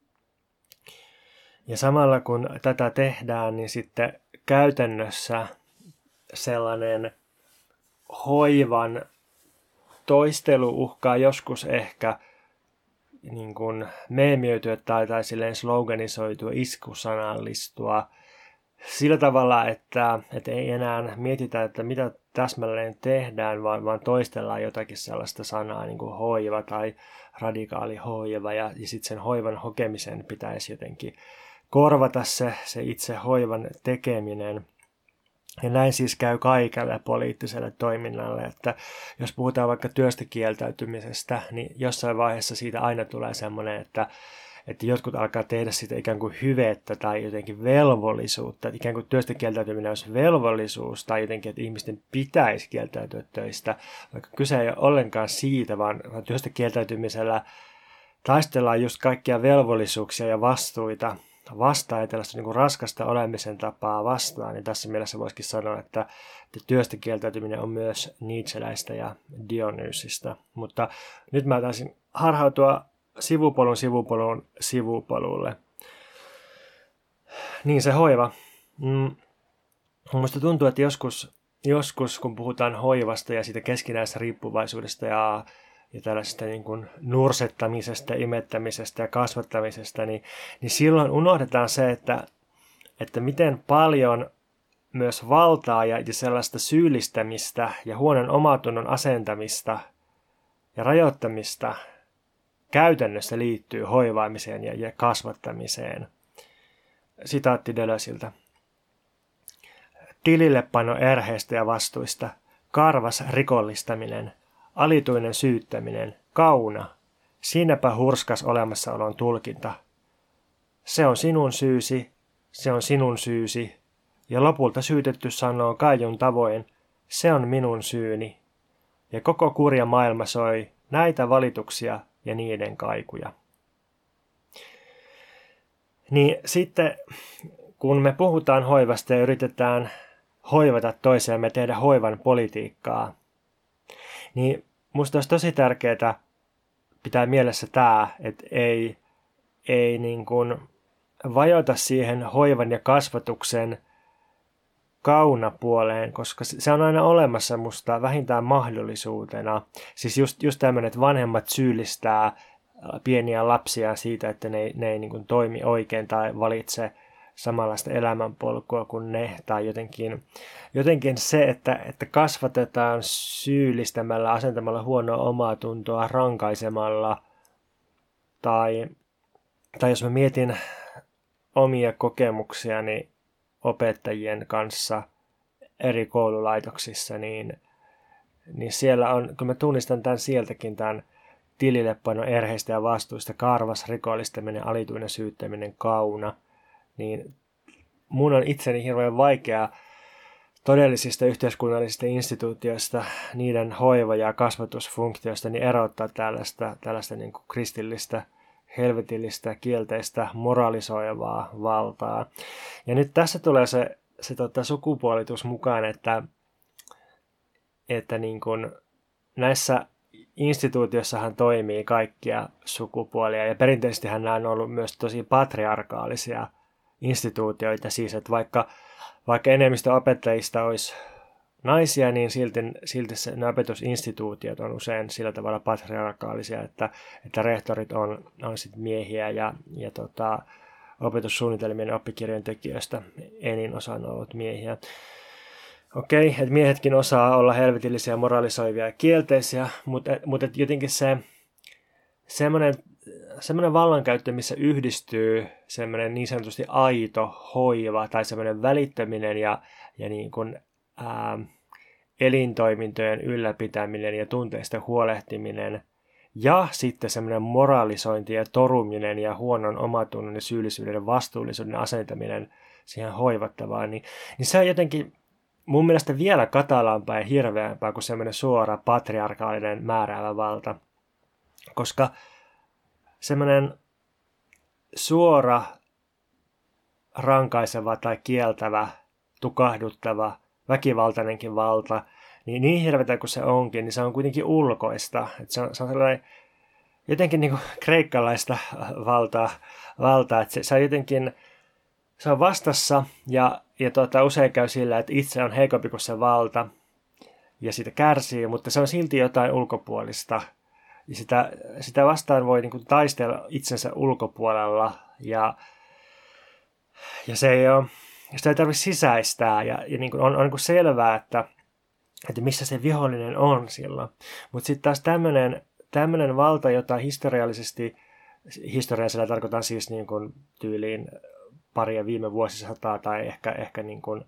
Ja samalla kun tätä tehdään, niin sitten käytännössä sellainen hoivan toistelu uhkaa joskus ehkä niin kuin meemiytyä tai, tai silleen sloganisoitua, iskusanallistua sillä tavalla, että, että ei enää mietitä, että mitä täsmälleen tehdään, vaan, vaan toistellaan jotakin sellaista sanaa niin kuin hoiva tai radikaali hoiva ja, ja sitten sen hoivan hokemisen pitäisi jotenkin korvata se, se itse hoivan tekeminen. Ja näin siis käy kaikelle poliittiselle toiminnalle, että jos puhutaan vaikka työstä kieltäytymisestä, niin jossain vaiheessa siitä aina tulee semmoinen, että, että jotkut alkaa tehdä siitä ikään kuin hyvettä tai jotenkin velvollisuutta, että ikään kuin työstä kieltäytyminen olisi velvollisuus tai jotenkin, että ihmisten pitäisi kieltäytyä töistä, vaikka kyse ei ole ollenkaan siitä, vaan työstä kieltäytymisellä taistellaan just kaikkia velvollisuuksia ja vastuita vastaan ja tällaista niin kuin raskasta olemisen tapaa vastaan, niin tässä mielessä voisikin sanoa, että työstä kieltäytyminen on myös nietzscheläistä ja Dionysista. Mutta nyt mä taisin harhautua sivupolun sivupolun sivupolulle. Niin se hoiva. Mm. Minusta tuntuu, että joskus, joskus kun puhutaan hoivasta ja siitä keskinäisestä riippuvaisuudesta ja ja tällaisesta niin kuin nursettamisesta, imettämisestä ja kasvattamisesta, niin, niin silloin unohdetaan se, että, että miten paljon myös valtaa ja, ja sellaista syyllistämistä ja huonon omatunnon asentamista ja rajoittamista käytännössä liittyy hoivaamiseen ja, ja kasvattamiseen. Sitaatti Deleuzeltä. Tilillepano erheistä ja vastuista, karvas rikollistaminen, alituinen syyttäminen, kauna, siinäpä hurskas olemassaolon tulkinta. Se on sinun syysi, se on sinun syysi, ja lopulta syytetty sanoo Kaijun tavoin, se on minun syyni. Ja koko kurja maailma soi näitä valituksia ja niiden kaikuja. Niin sitten, kun me puhutaan hoivasta ja yritetään hoivata toisiamme, tehdä hoivan politiikkaa, niin musta olisi tosi tärkeää pitää mielessä tämä, että ei, ei niin kuin vajota siihen hoivan ja kasvatuksen kaunapuoleen, koska se on aina olemassa musta vähintään mahdollisuutena. Siis just, just tämmöinen, että vanhemmat syyllistää pieniä lapsia siitä, että ne, ne ei niin kuin toimi oikein tai valitse samanlaista elämänpolkua kuin ne, tai jotenkin, jotenkin se, että, että kasvatetaan syyllistämällä, asentamalla huonoa omaa tuntoa, rankaisemalla, tai, tai jos mä mietin omia kokemuksiani opettajien kanssa eri koululaitoksissa, niin, niin siellä on, kun mä tunnistan tämän sieltäkin, tämän tilillepaino erheistä ja vastuista, karvas, rikollistaminen, alituinen syyttäminen, kauna, niin mun on itseni hirveän vaikea todellisista yhteiskunnallisista instituutioista, niiden hoiva- ja kasvatusfunktioista, niin erottaa tällaista, tällaista niin kuin kristillistä, helvetillistä, kielteistä, moralisoivaa valtaa. Ja nyt tässä tulee se, se tota, sukupuolitus mukaan, että, että niin kuin näissä instituutiossahan toimii kaikkia sukupuolia, ja perinteisestihän nämä on ollut myös tosi patriarkaalisia instituutioita, siis että vaikka, vaikka enemmistö opettajista olisi naisia, niin silti, silti se, ne opetusinstituutiot on usein sillä tavalla patriarkaalisia, että, että rehtorit on, on sit miehiä ja, ja tota, opetussuunnitelmien ja oppikirjojen tekijöistä enin osa on ollut miehiä. Okei, että miehetkin osaa olla helvetillisiä, moralisoivia ja kielteisiä, mutta, mutta jotenkin se semmoinen, semmoinen vallankäyttö, missä yhdistyy semmoinen niin sanotusti aito hoiva tai semmoinen välittäminen ja, ja niin kuin, ää, elintoimintojen ylläpitäminen ja tunteista huolehtiminen ja sitten semmoinen moralisointi ja toruminen ja huonon omatunnon ja syyllisyyden ja vastuullisuuden asentaminen siihen hoivattavaan, niin, niin se on jotenkin mun mielestä vielä katalampaa ja hirveämpää kuin semmoinen suora patriarkaalinen määräävä valta, koska semmoinen suora, rankaiseva tai kieltävä, tukahduttava, väkivaltainenkin valta, niin niin hirveätä kuin se onkin, niin se on kuitenkin ulkoista. Että se, on, se on sellainen jotenkin niin kuin kreikkalaista valtaa, valtaa että se, se on jotenkin se on vastassa ja, ja tuota, usein käy sillä, että itse on heikompi kuin se valta ja siitä kärsii, mutta se on silti jotain ulkopuolista. Ja sitä, sitä vastaan voi niin kuin taistella itsensä ulkopuolella ja, ja se ei ole, sitä ei tarvitse sisäistää ja, ja niin kuin on, on niin kuin selvää, että, että missä se vihollinen on silloin. Mutta sitten taas tämmöinen, tämmöinen valta, jota historiallisesti, historiallisella tarkoitan siis niin kuin tyyliin paria viime vuosisataa tai ehkä, ehkä niin kuin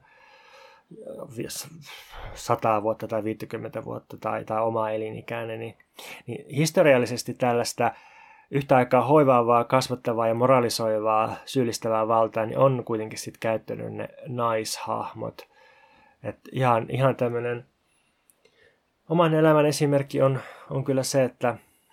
sata vuotta tai viisikymmentä vuotta tai, tai omaa elinikäinen, niin, niin historiallisesti tällaista yhtä aikaa hoivaavaa, kasvattavaa ja moralisoivaa, syyllistävää valtaa niin on kuitenkin sitten käyttänyt ne naishahmot. Et ihan, ihan tämmöinen oman elämän esimerkki on, on kyllä se, että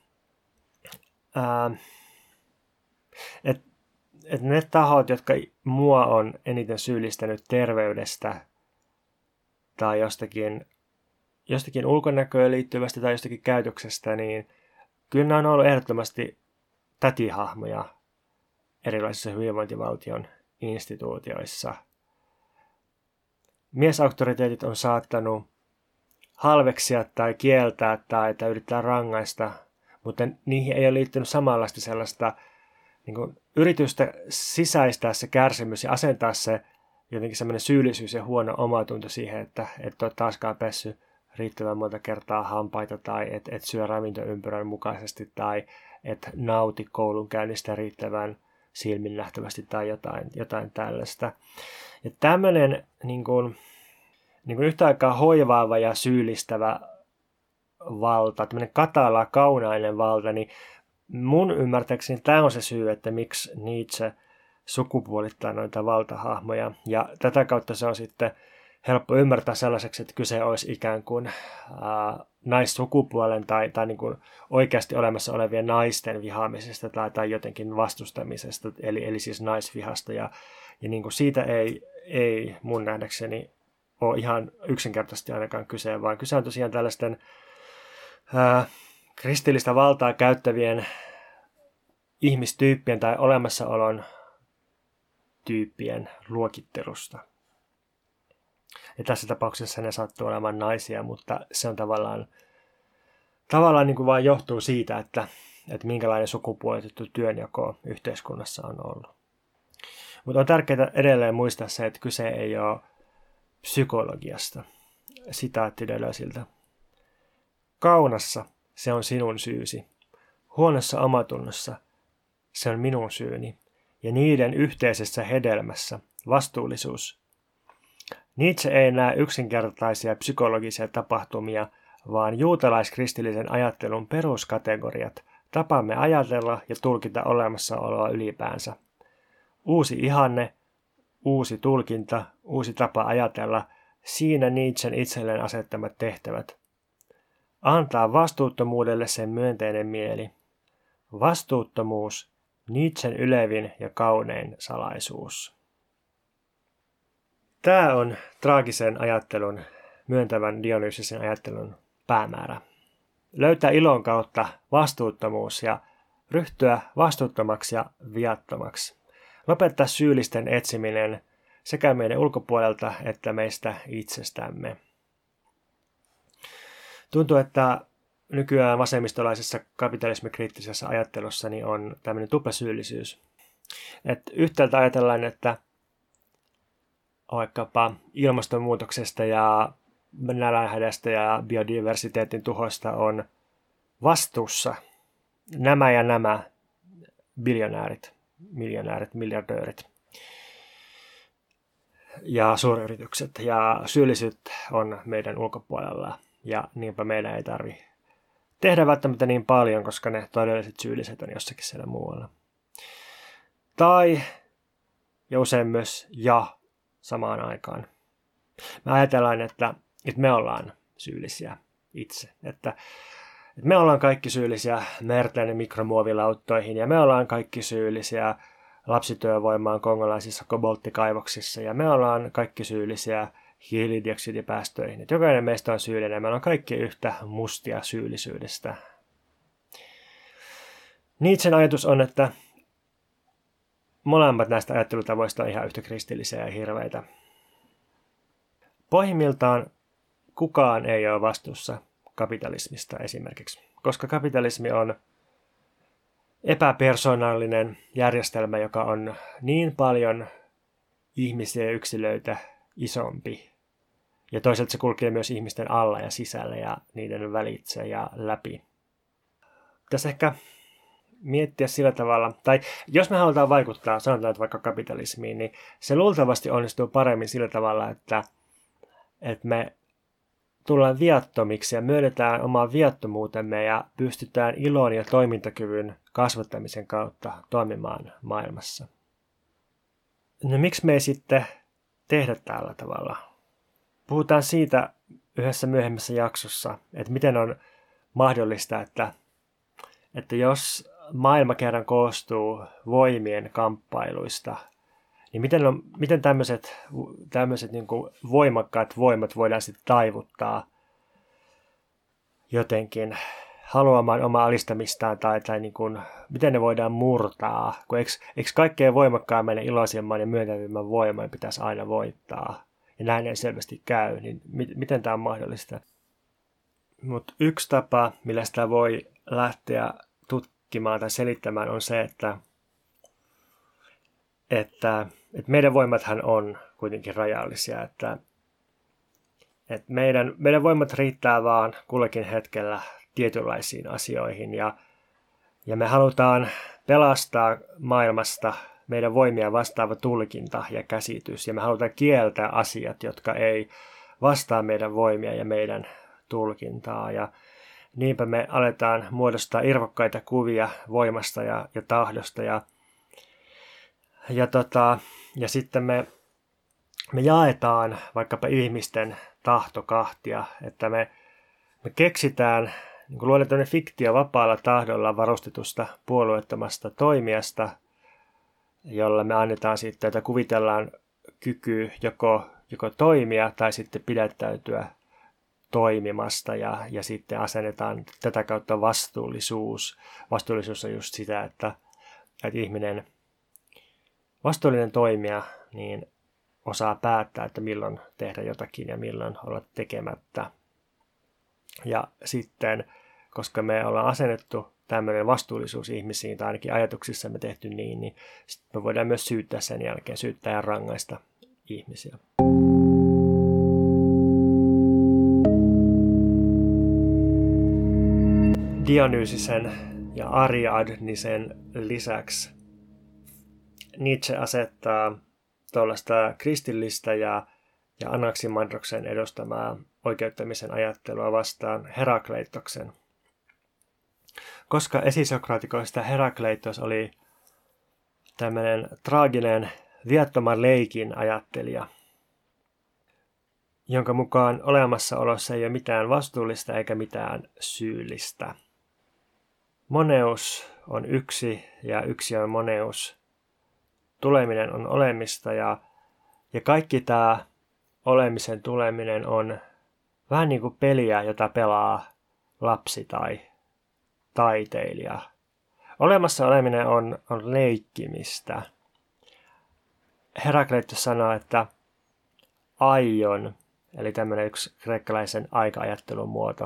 ää, et, et ne tahot, jotka mua on eniten syyllistänyt terveydestä tai jostakin, jostakin ulkonäköön liittyvästä tai jostakin käytöksestä, niin kyllä nämä on ollut ehdottomasti tätihahmoja erilaisissa hyvinvointivaltion instituutioissa. Miesauktoriteetit on saattanut halveksia tai kieltää tai, tai yrittää rangaista, mutta niihin ei ole liittynyt samanlaista sellaista niin kuin yritystä sisäistää se kärsimys ja asentaa se jotenkin semmoinen syyllisyys ja huono omatunto siihen, että et ole taaskaan pessy riittävän monta kertaa hampaita tai et, et syö ravintoympyrän mukaisesti tai et nauti koulunkäynnistä riittävän silminnähtävästi tai jotain, jotain tällaista. Ja tämmöinen niin kuin, niin kuin yhtä aikaa hoivaava ja syyllistävä valta, tämmöinen katala, kaunainen valta, niin mun ymmärtääkseni tämä on se syy, että miksi Nietzsche sukupuolittaa noita valtahahmoja. Ja tätä kautta se on sitten helppo ymmärtää sellaiseksi, että kyse olisi ikään kuin ää, naissukupuolen tai, tai niin kuin oikeasti olemassa olevien naisten vihaamisesta tai, tai jotenkin vastustamisesta, eli, eli siis naisvihasta. Ja, ja niin kuin siitä ei, ei mun nähdäkseni ole ihan yksinkertaisesti ainakaan kyse, vaan kyse on tosiaan tällaisten ää, kristillistä valtaa käyttävien ihmistyyppien tai olemassaolon tyyppien luokittelusta. Ja tässä tapauksessa ne sattuu olemaan naisia, mutta se on tavallaan, tavallaan niin kuin vain johtuu siitä, että, että minkälainen sukupuolitettu työnjako yhteiskunnassa on ollut. Mutta on tärkeää edelleen muistaa se, että kyse ei ole psykologiasta. Sitaatti Deleuzeltä. Kaunassa se on sinun syysi. Huonossa omatunnossa se on minun syyni. Ja niiden yhteisessä hedelmässä vastuullisuus. Nietzsche ei näe yksinkertaisia psykologisia tapahtumia, vaan juutalaiskristillisen ajattelun peruskategoriat, tapamme ajatella ja tulkita olemassaoloa ylipäänsä. Uusi ihanne, uusi tulkinta, uusi tapa ajatella, siinä Nietzschen itselleen asettamat tehtävät. Antaa vastuuttomuudelle sen myönteinen mieli. Vastuuttomuus, Nietzschen ylevin ja kaunein salaisuus. Tämä on traagisen ajattelun, myöntävän Dionysisen ajattelun päämäärä. Löytää ilon kautta vastuuttomuus ja ryhtyä vastuuttomaksi ja viattomaksi. Lopettaa syyllisten etsiminen sekä meidän ulkopuolelta että meistä itsestämme. Tuntuu, että nykyään vasemmistolaisessa kapitalismikriittisessä ajattelussa niin on tämmöinen tuplasyyllisyys. Että yhtäältä ajatellaan, että vaikkapa ilmastonmuutoksesta ja nälänhädästä ja biodiversiteetin tuhosta on vastuussa nämä ja nämä biljonäärit, miljonäärit, miljardöörit ja suuryritykset. Ja syyllisyyttä on meidän ulkopuolella ja niinpä meidän ei tarvitse tehdä välttämättä niin paljon, koska ne todelliset syylliset on jossakin siellä muualla. Tai ja usein myös ja samaan aikaan. Me ajatellaan, että, että me ollaan syyllisiä itse. Että, että me ollaan kaikki syyllisiä merten ja mikromuovilauttoihin ja me ollaan kaikki syyllisiä lapsityövoimaan kongolaisissa kobolttikaivoksissa ja me ollaan kaikki syyllisiä hiilidioksidipäästöihin. Että jokainen meistä on syyllinen ja me ollaan kaikki yhtä mustia syyllisyydestä. Nietzschen ajatus on, että molemmat näistä ajattelutavoista on ihan yhtä kristillisiä ja hirveitä. Pohjimmiltaan kukaan ei ole vastuussa kapitalismista esimerkiksi, koska kapitalismi on epäpersonaalinen järjestelmä, joka on niin paljon ihmisiä ja yksilöitä isompi. Ja toisaalta se kulkee myös ihmisten alla ja sisällä ja niiden välitse ja läpi. Tässä ehkä miettiä sillä tavalla, tai jos me halutaan vaikuttaa, sanotaan että vaikka kapitalismiin, niin se luultavasti onnistuu paremmin sillä tavalla, että, että me tullaan viattomiksi ja myönnetään omaa viattomuutemme ja pystytään ilon ja toimintakyvyn kasvattamisen kautta toimimaan maailmassa. No miksi me ei sitten tehdä tällä tavalla? Puhutaan siitä yhdessä myöhemmässä jaksossa, että miten on mahdollista, että, että jos maailma kerran koostuu voimien kamppailuista, niin miten, on, miten tämmöiset, tämmöiset niin kuin voimakkaat voimat voidaan sitten taivuttaa jotenkin haluamaan omaa alistamistaan tai, tai niin kuin, miten ne voidaan murtaa, kun eikö, eikö kaikkein voimakkaamman ja iloisimman ja myöntävimmän voiman pitäisi aina voittaa, ja näin ei selvästi käy, niin mi, miten tämä on mahdollista? Mutta yksi tapa, millä sitä voi lähteä tutkimaan tai selittämään on se, että, että, että meidän voimathan on kuitenkin rajallisia, että, että meidän, meidän voimat riittää vaan kullekin hetkellä tietynlaisiin asioihin ja, ja me halutaan pelastaa maailmasta meidän voimia vastaava tulkinta ja käsitys ja me halutaan kieltää asiat, jotka ei vastaa meidän voimia ja meidän tulkintaa ja niinpä me aletaan muodostaa irvokkaita kuvia voimasta ja, ja tahdosta ja, ja, tota, ja sitten me, me jaetaan vaikkapa ihmisten tahto kahtia, että me, me keksitään niin kuin luodaan tämmöinen fiktio vapaalla tahdolla varustetusta puolueettomasta toimijasta, jolla me annetaan sitten, että kuvitellaan kyky joko, joko toimia tai sitten pidättäytyä toimimasta ja, ja sitten asennetaan tätä kautta vastuullisuus. Vastuullisuus on just sitä, että, että ihminen, vastuullinen toimija, niin osaa päättää, että milloin tehdä jotakin ja milloin olla tekemättä. Ja sitten, koska me ollaan asennettu tämmöinen vastuullisuus ihmisiin, tai ainakin ajatuksissamme tehty niin, niin sitten me voidaan myös syyttää sen jälkeen, syyttää ja rangaista ihmisiä. Dionysisen ja Ariadnisen lisäksi Nietzsche asettaa tuollaista kristillistä ja, ja Anaximandroksen edustamaa oikeuttamisen ajattelua vastaan Herakleitoksen. Koska esisokraatikoista Herakleitos oli tämmöinen traaginen viattoman leikin ajattelija, jonka mukaan olemassaolossa ei ole mitään vastuullista eikä mitään syyllistä. Moneus on yksi ja yksi on moneus. Tuleminen on olemista ja, ja kaikki tämä olemisen tuleminen on vähän niin kuin peliä, jota pelaa lapsi tai taiteilija. Olemassa oleminen on, on leikkimistä. Herakleitos sanoo, että aion, eli tämmöinen yksi kreikkalaisen aika-ajattelun muoto,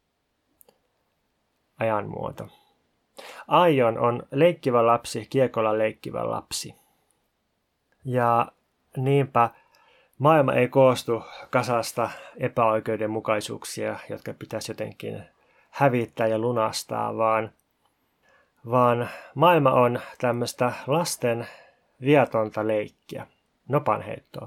ajan muoto. Aion on leikkivä lapsi, kiekolla leikkivä lapsi. Ja niinpä maailma ei koostu kasasta epäoikeudenmukaisuuksia, jotka pitäisi jotenkin hävittää ja lunastaa, vaan, vaan maailma on tämmöistä lasten viatonta leikkiä, nopanheittoa.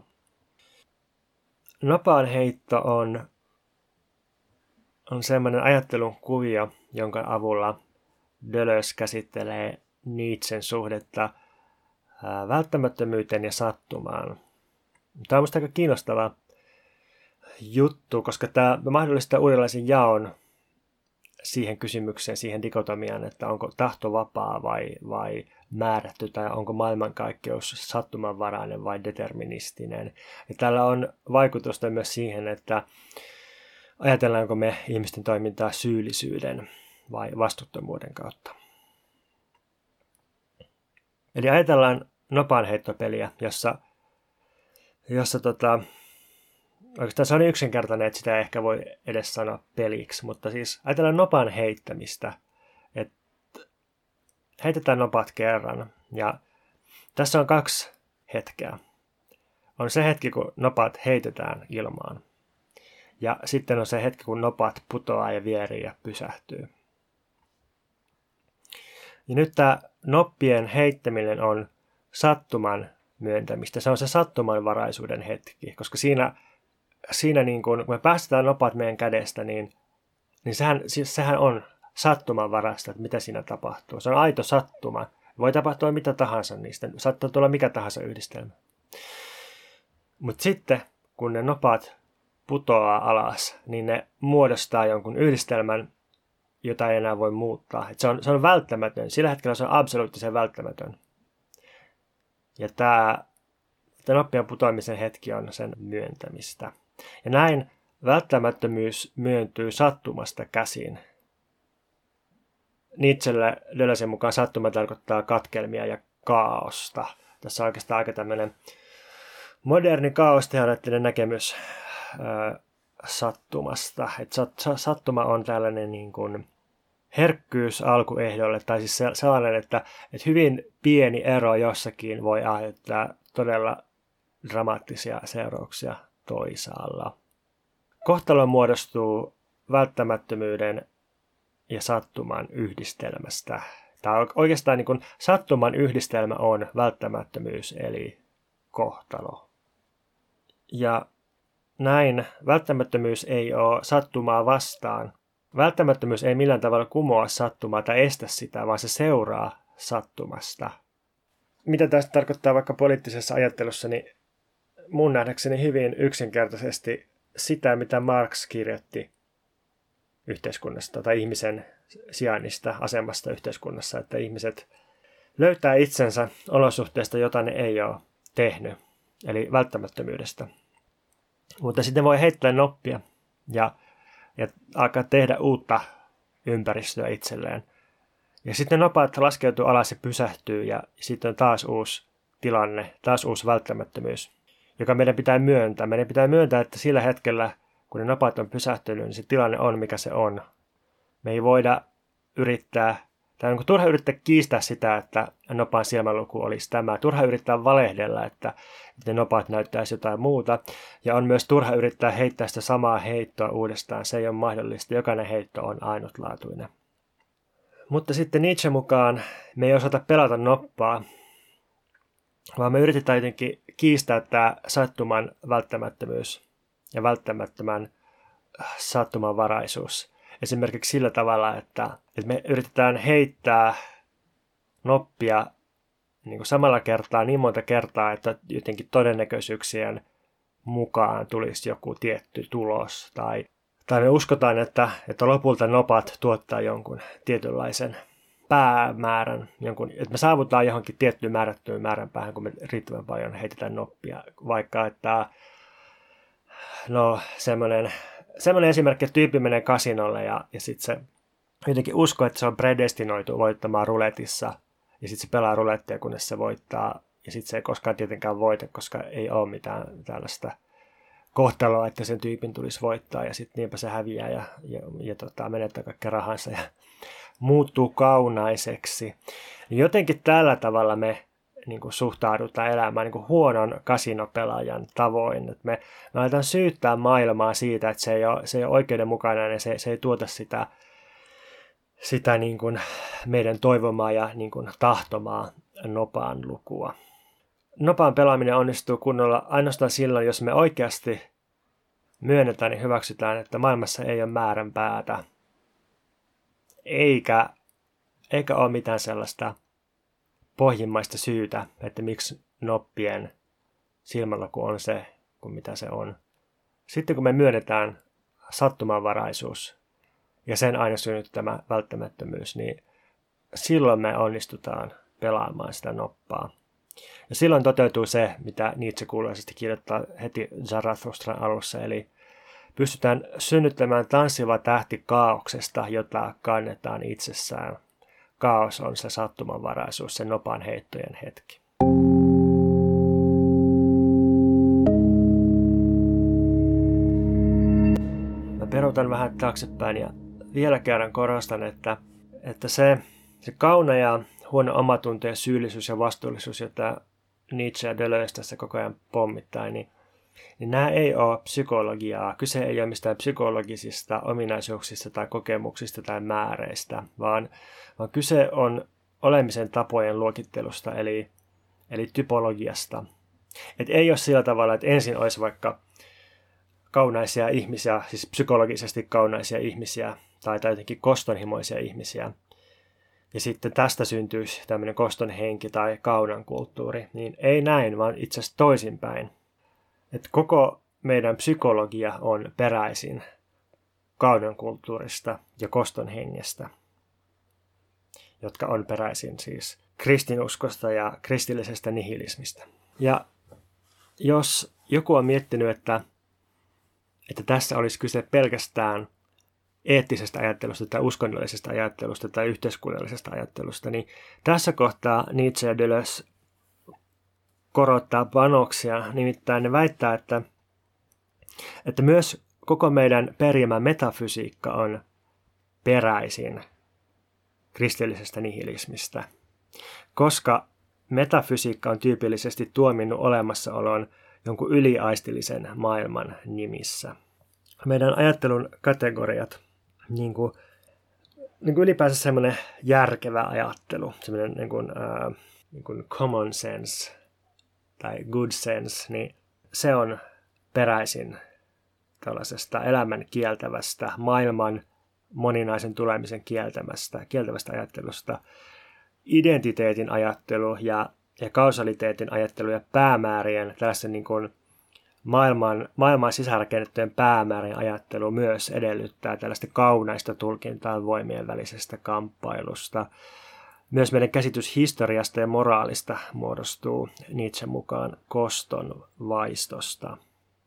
Nopanheitto on, on semmoinen ajattelun kuvio, jonka avulla Deleuze käsittelee Nietzschen suhdetta ää, välttämättömyyteen ja sattumaan. Tämä on minusta aika kiinnostava juttu, koska tämä mahdollistaa uudenlaisen jaon siihen kysymykseen, siihen dikotomiaan, että onko tahto vapaa vai, vai määrätty, tai onko maailmankaikkeus sattumanvarainen vai deterministinen. Ja tällä on vaikutusta myös siihen, että ajatellaanko me ihmisten toimintaa syyllisyyden vai vastuuttomuuden kautta. Eli ajatellaan nopanheittopeliä, jossa, jossa tota, oikeastaan se on yksinkertainen, että sitä ei ehkä voi edes sanoa peliksi, mutta siis ajatellaan nopan heittämistä, että heitetään nopat kerran, ja tässä on kaksi hetkeä. On se hetki, kun nopat heitetään ilmaan, ja sitten on se hetki, kun nopat putoaa ja vierii ja pysähtyy. Ja nyt tämä noppien heittäminen on sattuman myöntämistä. Se on se sattumanvaraisuuden hetki, koska siinä, siinä niin kun, kun me päästetään nopat meidän kädestä, niin, niin sehän, siis sehän on sattumanvaraista, että mitä siinä tapahtuu. Se on aito sattuma. Voi tapahtua mitä tahansa niistä. Saattaa tulla mikä tahansa yhdistelmä. Mutta sitten, kun ne nopat putoaa alas, niin ne muodostaa jonkun yhdistelmän, jota ei enää voi muuttaa. Et se, on, se on välttämätön. Sillä hetkellä se on absoluuttisen välttämätön. Ja tämä noppien putoamisen hetki on sen myöntämistä. Ja näin välttämättömyys myöntyy sattumasta käsin. Nietzschelle Deleuzen mukaan sattuma tarkoittaa katkelmia ja kaaosta. Tässä on oikeastaan aika tämmöinen moderni kaosteoreettinen näkemys ö, sattumasta. Et sat, sattuma on tällainen niin kuin herkkyys alkuehdolle, tai siis sellainen, että, että hyvin pieni ero jossakin voi aiheuttaa todella dramaattisia seurauksia toisaalla. Kohtalo muodostuu välttämättömyyden ja sattuman yhdistelmästä. Tai oikeastaan niin kuin sattuman yhdistelmä on välttämättömyys, eli kohtalo. Ja näin välttämättömyys ei ole sattumaa vastaan. Välttämättömyys ei millään tavalla kumoa sattumaa tai estä sitä, vaan se seuraa sattumasta. Mitä tästä tarkoittaa vaikka poliittisessa ajattelussa, niin mun nähdäkseni hyvin yksinkertaisesti sitä, mitä Marx kirjoitti yhteiskunnasta tai ihmisen sijainnista, asemasta yhteiskunnassa, että ihmiset löytää itsensä olosuhteesta, jota ne ei ole tehnyt, eli välttämättömyydestä. Mutta sitten voi heittää noppia ja, ja alkaa tehdä uutta ympäristöä itselleen. Ja sitten nopat laskeutuu alas ja pysähtyy ja sitten on taas uusi tilanne, taas uusi välttämättömyys. joka meidän pitää myöntää. Meidän pitää myöntää, että sillä hetkellä, kun ne nopat on pysähtynyt, niin se tilanne on, mikä se on. Me ei voida yrittää, tai on turha yrittää kiistää sitä, että nopan silmäluku olisi tämä. Turha yrittää valehdella, että, että ne nopat näyttäisi jotain muuta. Ja on myös turha yrittää heittää sitä samaa heittoa uudestaan. Se ei ole mahdollista. Jokainen heitto on ainutlaatuinen. Mutta sitten Nietzsche mukaan me ei osata pelata noppaa, vaan me yritetään jotenkin kiistää tämä sattuman välttämättömyys ja välttämättömän sattumanvaraisuus. Esimerkiksi sillä tavalla, että, että me yritetään heittää noppia niin kuin samalla kertaa niin monta kertaa, että jotenkin todennäköisyyksien mukaan tulisi joku tietty tulos. Tai, tai me uskotaan, että, että lopulta nopat tuottaa jonkun tietynlaisen päämäärän, jonkun, että me saavutaan johonkin tiettyyn määrättyyn määrän päähän, kun me riittävän paljon heitetään noppia. Vaikka, että no semmoinen, semmoinen esimerkki, että tyyppi menee kasinolle ja, ja sitten se jotenkin uskoo, että se on predestinoitu voittamaan ruletissa ja sitten se pelaa rulettia, kunnes se voittaa ja sitten se ei koskaan tietenkään voita, koska ei ole mitään tällaista kohtaloa, että sen tyypin tulisi voittaa ja sitten niinpä se häviää ja, ja, ja tota, menettää kaikkea rahansa ja muuttuu kaunaiseksi. Jotenkin tällä tavalla me niin kuin suhtaudutaan elämään niin kuin huonon kasinopelaajan tavoin. Et me, me aletaan syyttää maailmaa siitä, että se ei ole, se ei ole oikeudenmukainen ja se, se ei tuota sitä, sitä niin kuin meidän toivomaa ja niin kuin tahtomaa nopaan lukua. Nopaan pelaaminen onnistuu kunnolla ainoastaan silloin, jos me oikeasti myönnetään ja hyväksytään, että maailmassa ei ole määränpäätä. Eikä, eikä ole mitään sellaista pohjimmaista syytä, että miksi noppien silmäluku on se, kuin mitä se on. Sitten kun me myönnetään sattumanvaraisuus ja sen aina synnyttämä välttämättömyys, niin silloin me onnistutaan pelaamaan sitä noppaa. Ja silloin toteutuu se, mitä Nietzsche kuuluisesti kirjoittaa heti Zarathustran alussa, eli pystytään synnyttämään tanssiva tähti kaauksesta, jota kannetaan itsessään. Kaos on se sattumanvaraisuus, se nopan heittojen hetki. Mä peruutan vähän taaksepäin ja vielä kerran korostan, että, että se, se kauna ja huono omatunto ja syyllisyys ja vastuullisuus, jota Nietzsche ja Deleuze tässä koko ajan pommittaa, niin, niin nämä ei ole psykologiaa. Kyse ei ole mistään psykologisista ominaisuuksista tai kokemuksista tai määreistä, vaan, vaan kyse on olemisen tapojen luokittelusta, eli, eli typologiasta. Et ei ole sillä tavalla, että ensin olisi vaikka kaunaisia ihmisiä, siis psykologisesti kaunaisia ihmisiä tai, tai jotenkin kostonhimoisia ihmisiä, ja sitten tästä syntyisi tämmöinen koston henki tai kaunan kulttuuri, niin ei näin, vaan itse asiassa toisinpäin. Että koko meidän psykologia on peräisin kaunan kulttuurista ja koston hengestä, jotka on peräisin siis kristinuskosta ja kristillisestä nihilismistä. Ja jos joku on miettinyt, että, että tässä olisi kyse pelkästään eettisestä ajattelusta tai uskonnollisesta ajattelusta tai yhteiskunnallisesta ajattelusta, niin tässä kohtaa Nietzsche ja Deleuze korottaa panoksia, nimittäin ne väittää, että, että myös koko meidän perimä metafysiikka on peräisin kristillisestä nihilismistä, koska metafysiikka on tyypillisesti tuominnut olemassaolon jonkun yliaistillisen maailman nimissä. Meidän ajattelun kategoriat, niin kuin, niin kuin ylipäänsä semmoinen järkevä ajattelu, semmoinen niin kuin, äh, niin kuin common sense tai good sense, niin se on peräisin tällaisesta elämän kieltävästä, maailman moninaisen tulemisen kieltävästä, kieltävästä ajattelusta. Identiteetin ajattelu ja, ja kausaliteetin ajattelu ja päämäärien, tällaisen niin kuin maailman, maailman sisäänrakennettujen päämäärien ajattelu myös edellyttää tällaista kaunaista tulkintaa voimien välisestä kamppailusta. Myös meidän käsitys historiasta ja moraalista muodostuu Nietzschen mukaan koston vaistosta.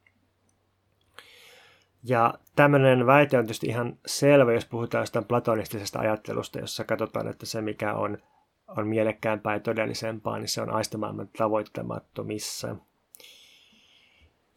Ja tämmöinen väite on tietysti ihan selvä, jos puhutaan jostain platonistisesta ajattelusta, jossa katsotaan, että se mikä on, on mielekkäämpää ja todellisempaa, niin se on aistomaailman tavoittamattomissa.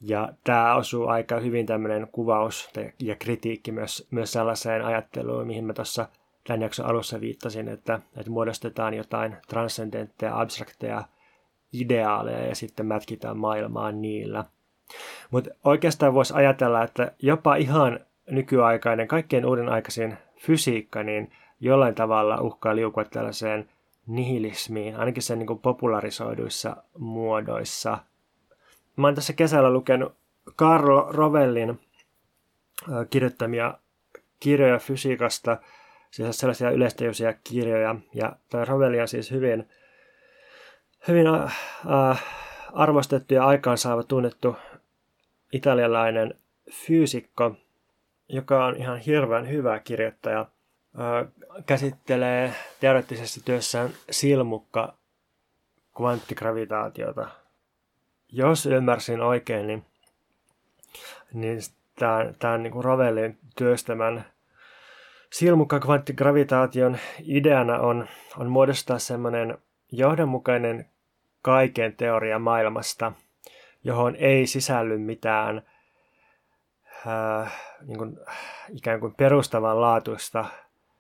Ja tämä osuu aika hyvin tämmöinen kuvaus ja kritiikki myös, myös sellaiseen ajatteluun, mihin mä tuossa tämän jakson alussa viittasin, että, että muodostetaan jotain transcendentteja, abstrakteja ideaaleja ja sitten mätkitään maailmaan niillä. Mutta oikeastaan voisi ajatella, että jopa ihan nykyaikainen, kaikkein uuden aikaisin fysiikka, niin jollain tavalla uhkaa liukua tällaiseen nihilismiin, ainakin sen niin kuin popularisoiduissa muodoissa. Mä oon tässä kesällä lukenut Carlo Rovellin kirjoittamia kirjoja fysiikasta, siis sellaisia yleistajuisia kirjoja, ja tämä Rovelli on siis hyvin, hyvin äh, arvostettu ja aikaansaava tunnettu italialainen fyysikko, joka on ihan hirveän hyvä kirjoittaja. Äh, käsittelee teoreettisessa työssään silmukka kvanttigravitaatiota. Jos ymmärsin oikein, niin, niin tämän, tämän niin kuin Rovellin työstämän silmukka kvanttigravitaation ideana on, on muodostaa semmoinen johdonmukainen kaiken teoria maailmasta, johon ei sisälly mitään äh, niin kuin, ikään kuin perustavanlaatuista äh,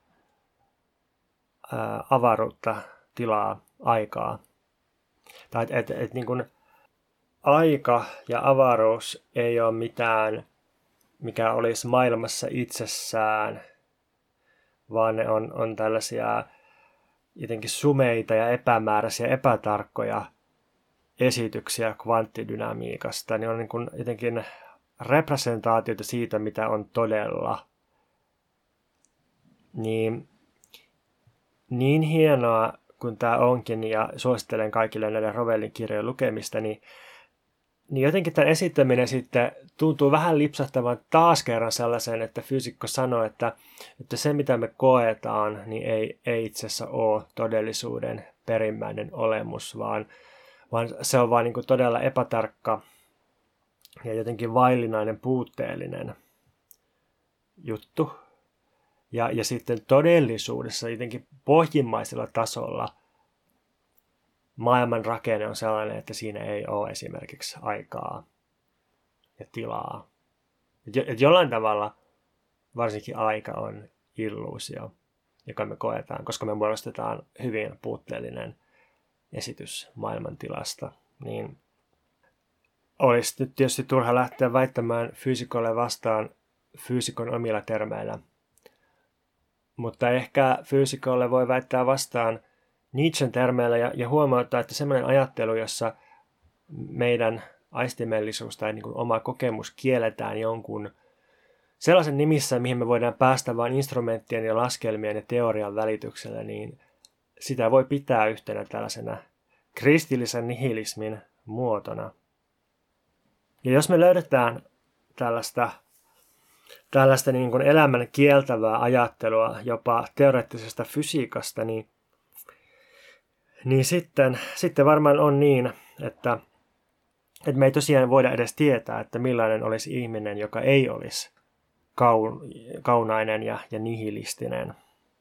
avaruutta, tilaa, aikaa. Tai että et, et, niin kuin aika ja avaruus ei ole mitään, mikä olisi maailmassa itsessään, vaan ne on, on tällaisia jotenkin sumeita ja epämääräisiä, epätarkkoja esityksiä kvanttidynamiikasta. Ne on niin kuin jotenkin representaatioita siitä, mitä on todella. Niin, niin hienoa kuin tämä onkin, ja suosittelen kaikille näiden Rovellin kirjojen lukemista, niin, niin jotenkin tämän esittäminen sitten tuntuu vähän lipsahtavan taas kerran sellaiseen, että fyysikko sanoo, että, että se mitä me koetaan, niin ei, ei itse asiassa ole todellisuuden perimmäinen olemus, vaan, vaan se on vain niin kuin todella epätarkka ja jotenkin vaillinainen, puutteellinen juttu. Ja, ja sitten todellisuudessa jotenkin pohjimmaisella tasolla maailman rakenne on sellainen, että siinä ei ole esimerkiksi aikaa ja tilaa. Et jollain tavalla varsinkin aika on illuusio, joka me koetaan, koska me muodostetaan hyvin puutteellinen esitys maailman tilasta. Niin olisi nyt tietysti turha lähteä väittämään fyysikolle vastaan fyysikon omilla termeillä. Mutta ehkä fyysikolle voi väittää vastaan Nietzschen termeillä ja, ja huomauttaa, että semmoinen ajattelu, jossa meidän aistimellisuus tai niin kuin oma kokemus kielletään jonkun sellaisen nimissä, mihin me voidaan päästä vain instrumenttien ja laskelmien ja teorian välityksellä, niin sitä voi pitää yhtenä tällaisena kristillisen nihilismin muotona. Ja jos me löydetään tällaista tällaista niin kuin elämän kieltävää ajattelua jopa teoreettisesta fysiikasta, niin, niin sitten, sitten varmaan on niin, että, että me ei tosiaan voida edes tietää, että millainen olisi ihminen, joka ei olisi kaun, kaunainen ja, ja nihilistinen.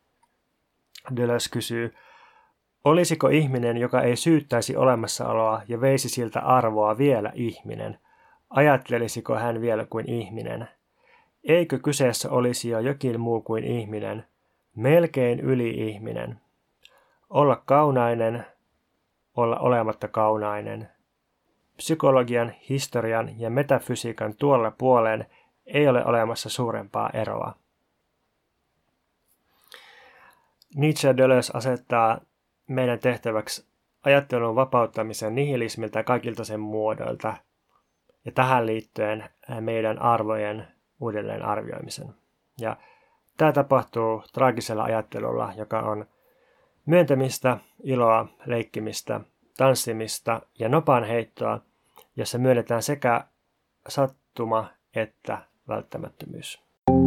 Deleuze kysyy, olisiko ihminen, joka ei syyttäisi olemassaoloa ja veisi siltä arvoa vielä ihminen? Ajattelisiko hän vielä kuin ihminen? Eikö kyseessä olisi jo jokin muu kuin ihminen, melkein yli-ihminen? Olla kaunainen, olla olematta kaunainen. Psykologian, historian ja metafysiikan tuolla puolen ei ole olemassa suurempaa eroa. Nietzsche ja Deleuze asettaa meidän tehtäväksi ajattelun vapauttamisen nihilismiltä ja kaikilta sen muodoilta, ja tähän liittyen meidän arvojen uudelleen arvioimisen. Ja tämä tapahtuu traagisella ajattelulla, joka on myöntämistä, iloa, leikkimistä, tanssimista ja nopan heittoa, jossa myönnetään sekä sattuma että välttämättömyys.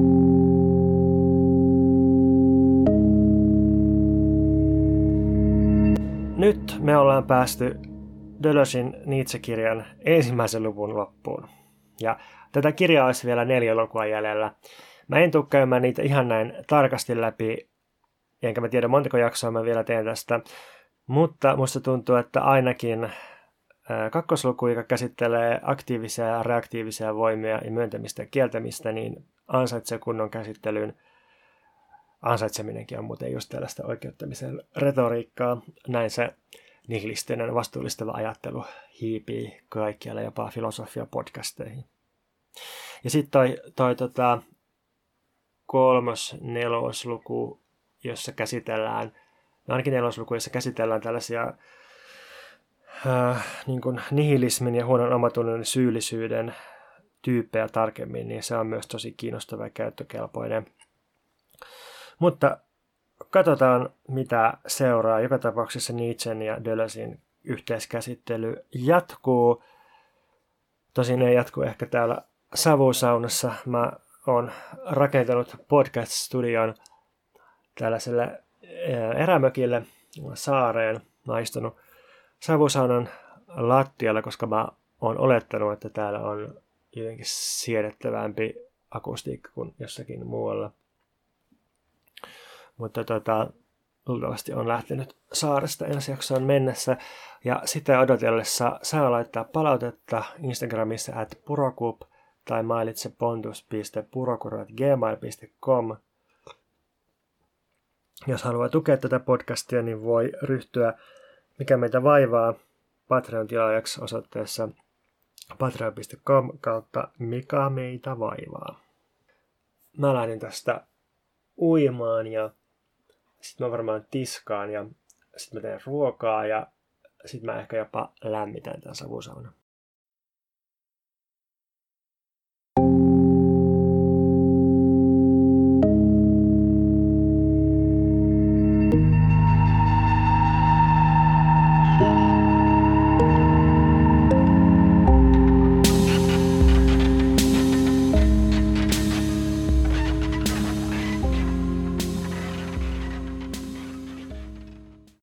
Nyt me ollaan päästy Deleuzen Nietzsche-kirjan ensimmäisen luvun loppuun. Ja tätä kirjaa olisi vielä neljä lukua jäljellä. Mä en tule käymään niitä ihan näin tarkasti läpi, enkä mä tiedä montako jaksoa mä vielä teen tästä, mutta musta tuntuu, että ainakin kakkosluku, joka käsittelee aktiivisia ja reaktiivisia voimia ja myöntämistä ja kieltämistä, niin ansaitsee kunnon käsittelyn. Ansaitseminenkin on muuten just tällaista oikeuttamisen retoriikkaa. Näin se nihilistinen vastuullistava ajattelu hiipii kaikkialle, jopa filosofia-podcasteihin. Ja sitten toi, toi tota, kolmos nelosluku, jossa käsitellään, no ainakin nelosluku, jossa käsitellään tällaisia äh, niin kuin nihilismin ja huonon omatunnon syyllisyyden tyyppejä tarkemmin, niin se on myös tosi kiinnostava ja käyttökelpoinen. Mutta katsotaan, mitä seuraa. Joka tapauksessa Nietzschen ja Deleuzen yhteiskäsittely jatkuu. Tosin ei jatku ehkä täällä savusaunassa. Mä oon rakentanut podcast-studion tällaiselle erämökille saareen. Mä oon istunut savusaunan lattialla, koska mä oon olettanut, että täällä on jotenkin siedettävämpi akustiikka kuin jossakin muualla. Mutta tota, luultavasti on lähtenyt saaresta ensi jaksoon mennessä. Ja sitä odotellessa saa laittaa palautetta Instagramissa at purokub tai mailitse pontus piste purokuru at gmail piste com. Jos haluaa tukea tätä podcastia, niin voi ryhtyä Mikä meitä vaivaa Patreon-tilaajaksi osoitteessa patreon piste com kautta Mikä meitä vaivaa. Mä lähdin tästä uimaan ja sitten mä varmaan tiskaan ja sitten mä teen ruokaa ja sitten mä ehkä jopa lämmitän tämän savusaunan.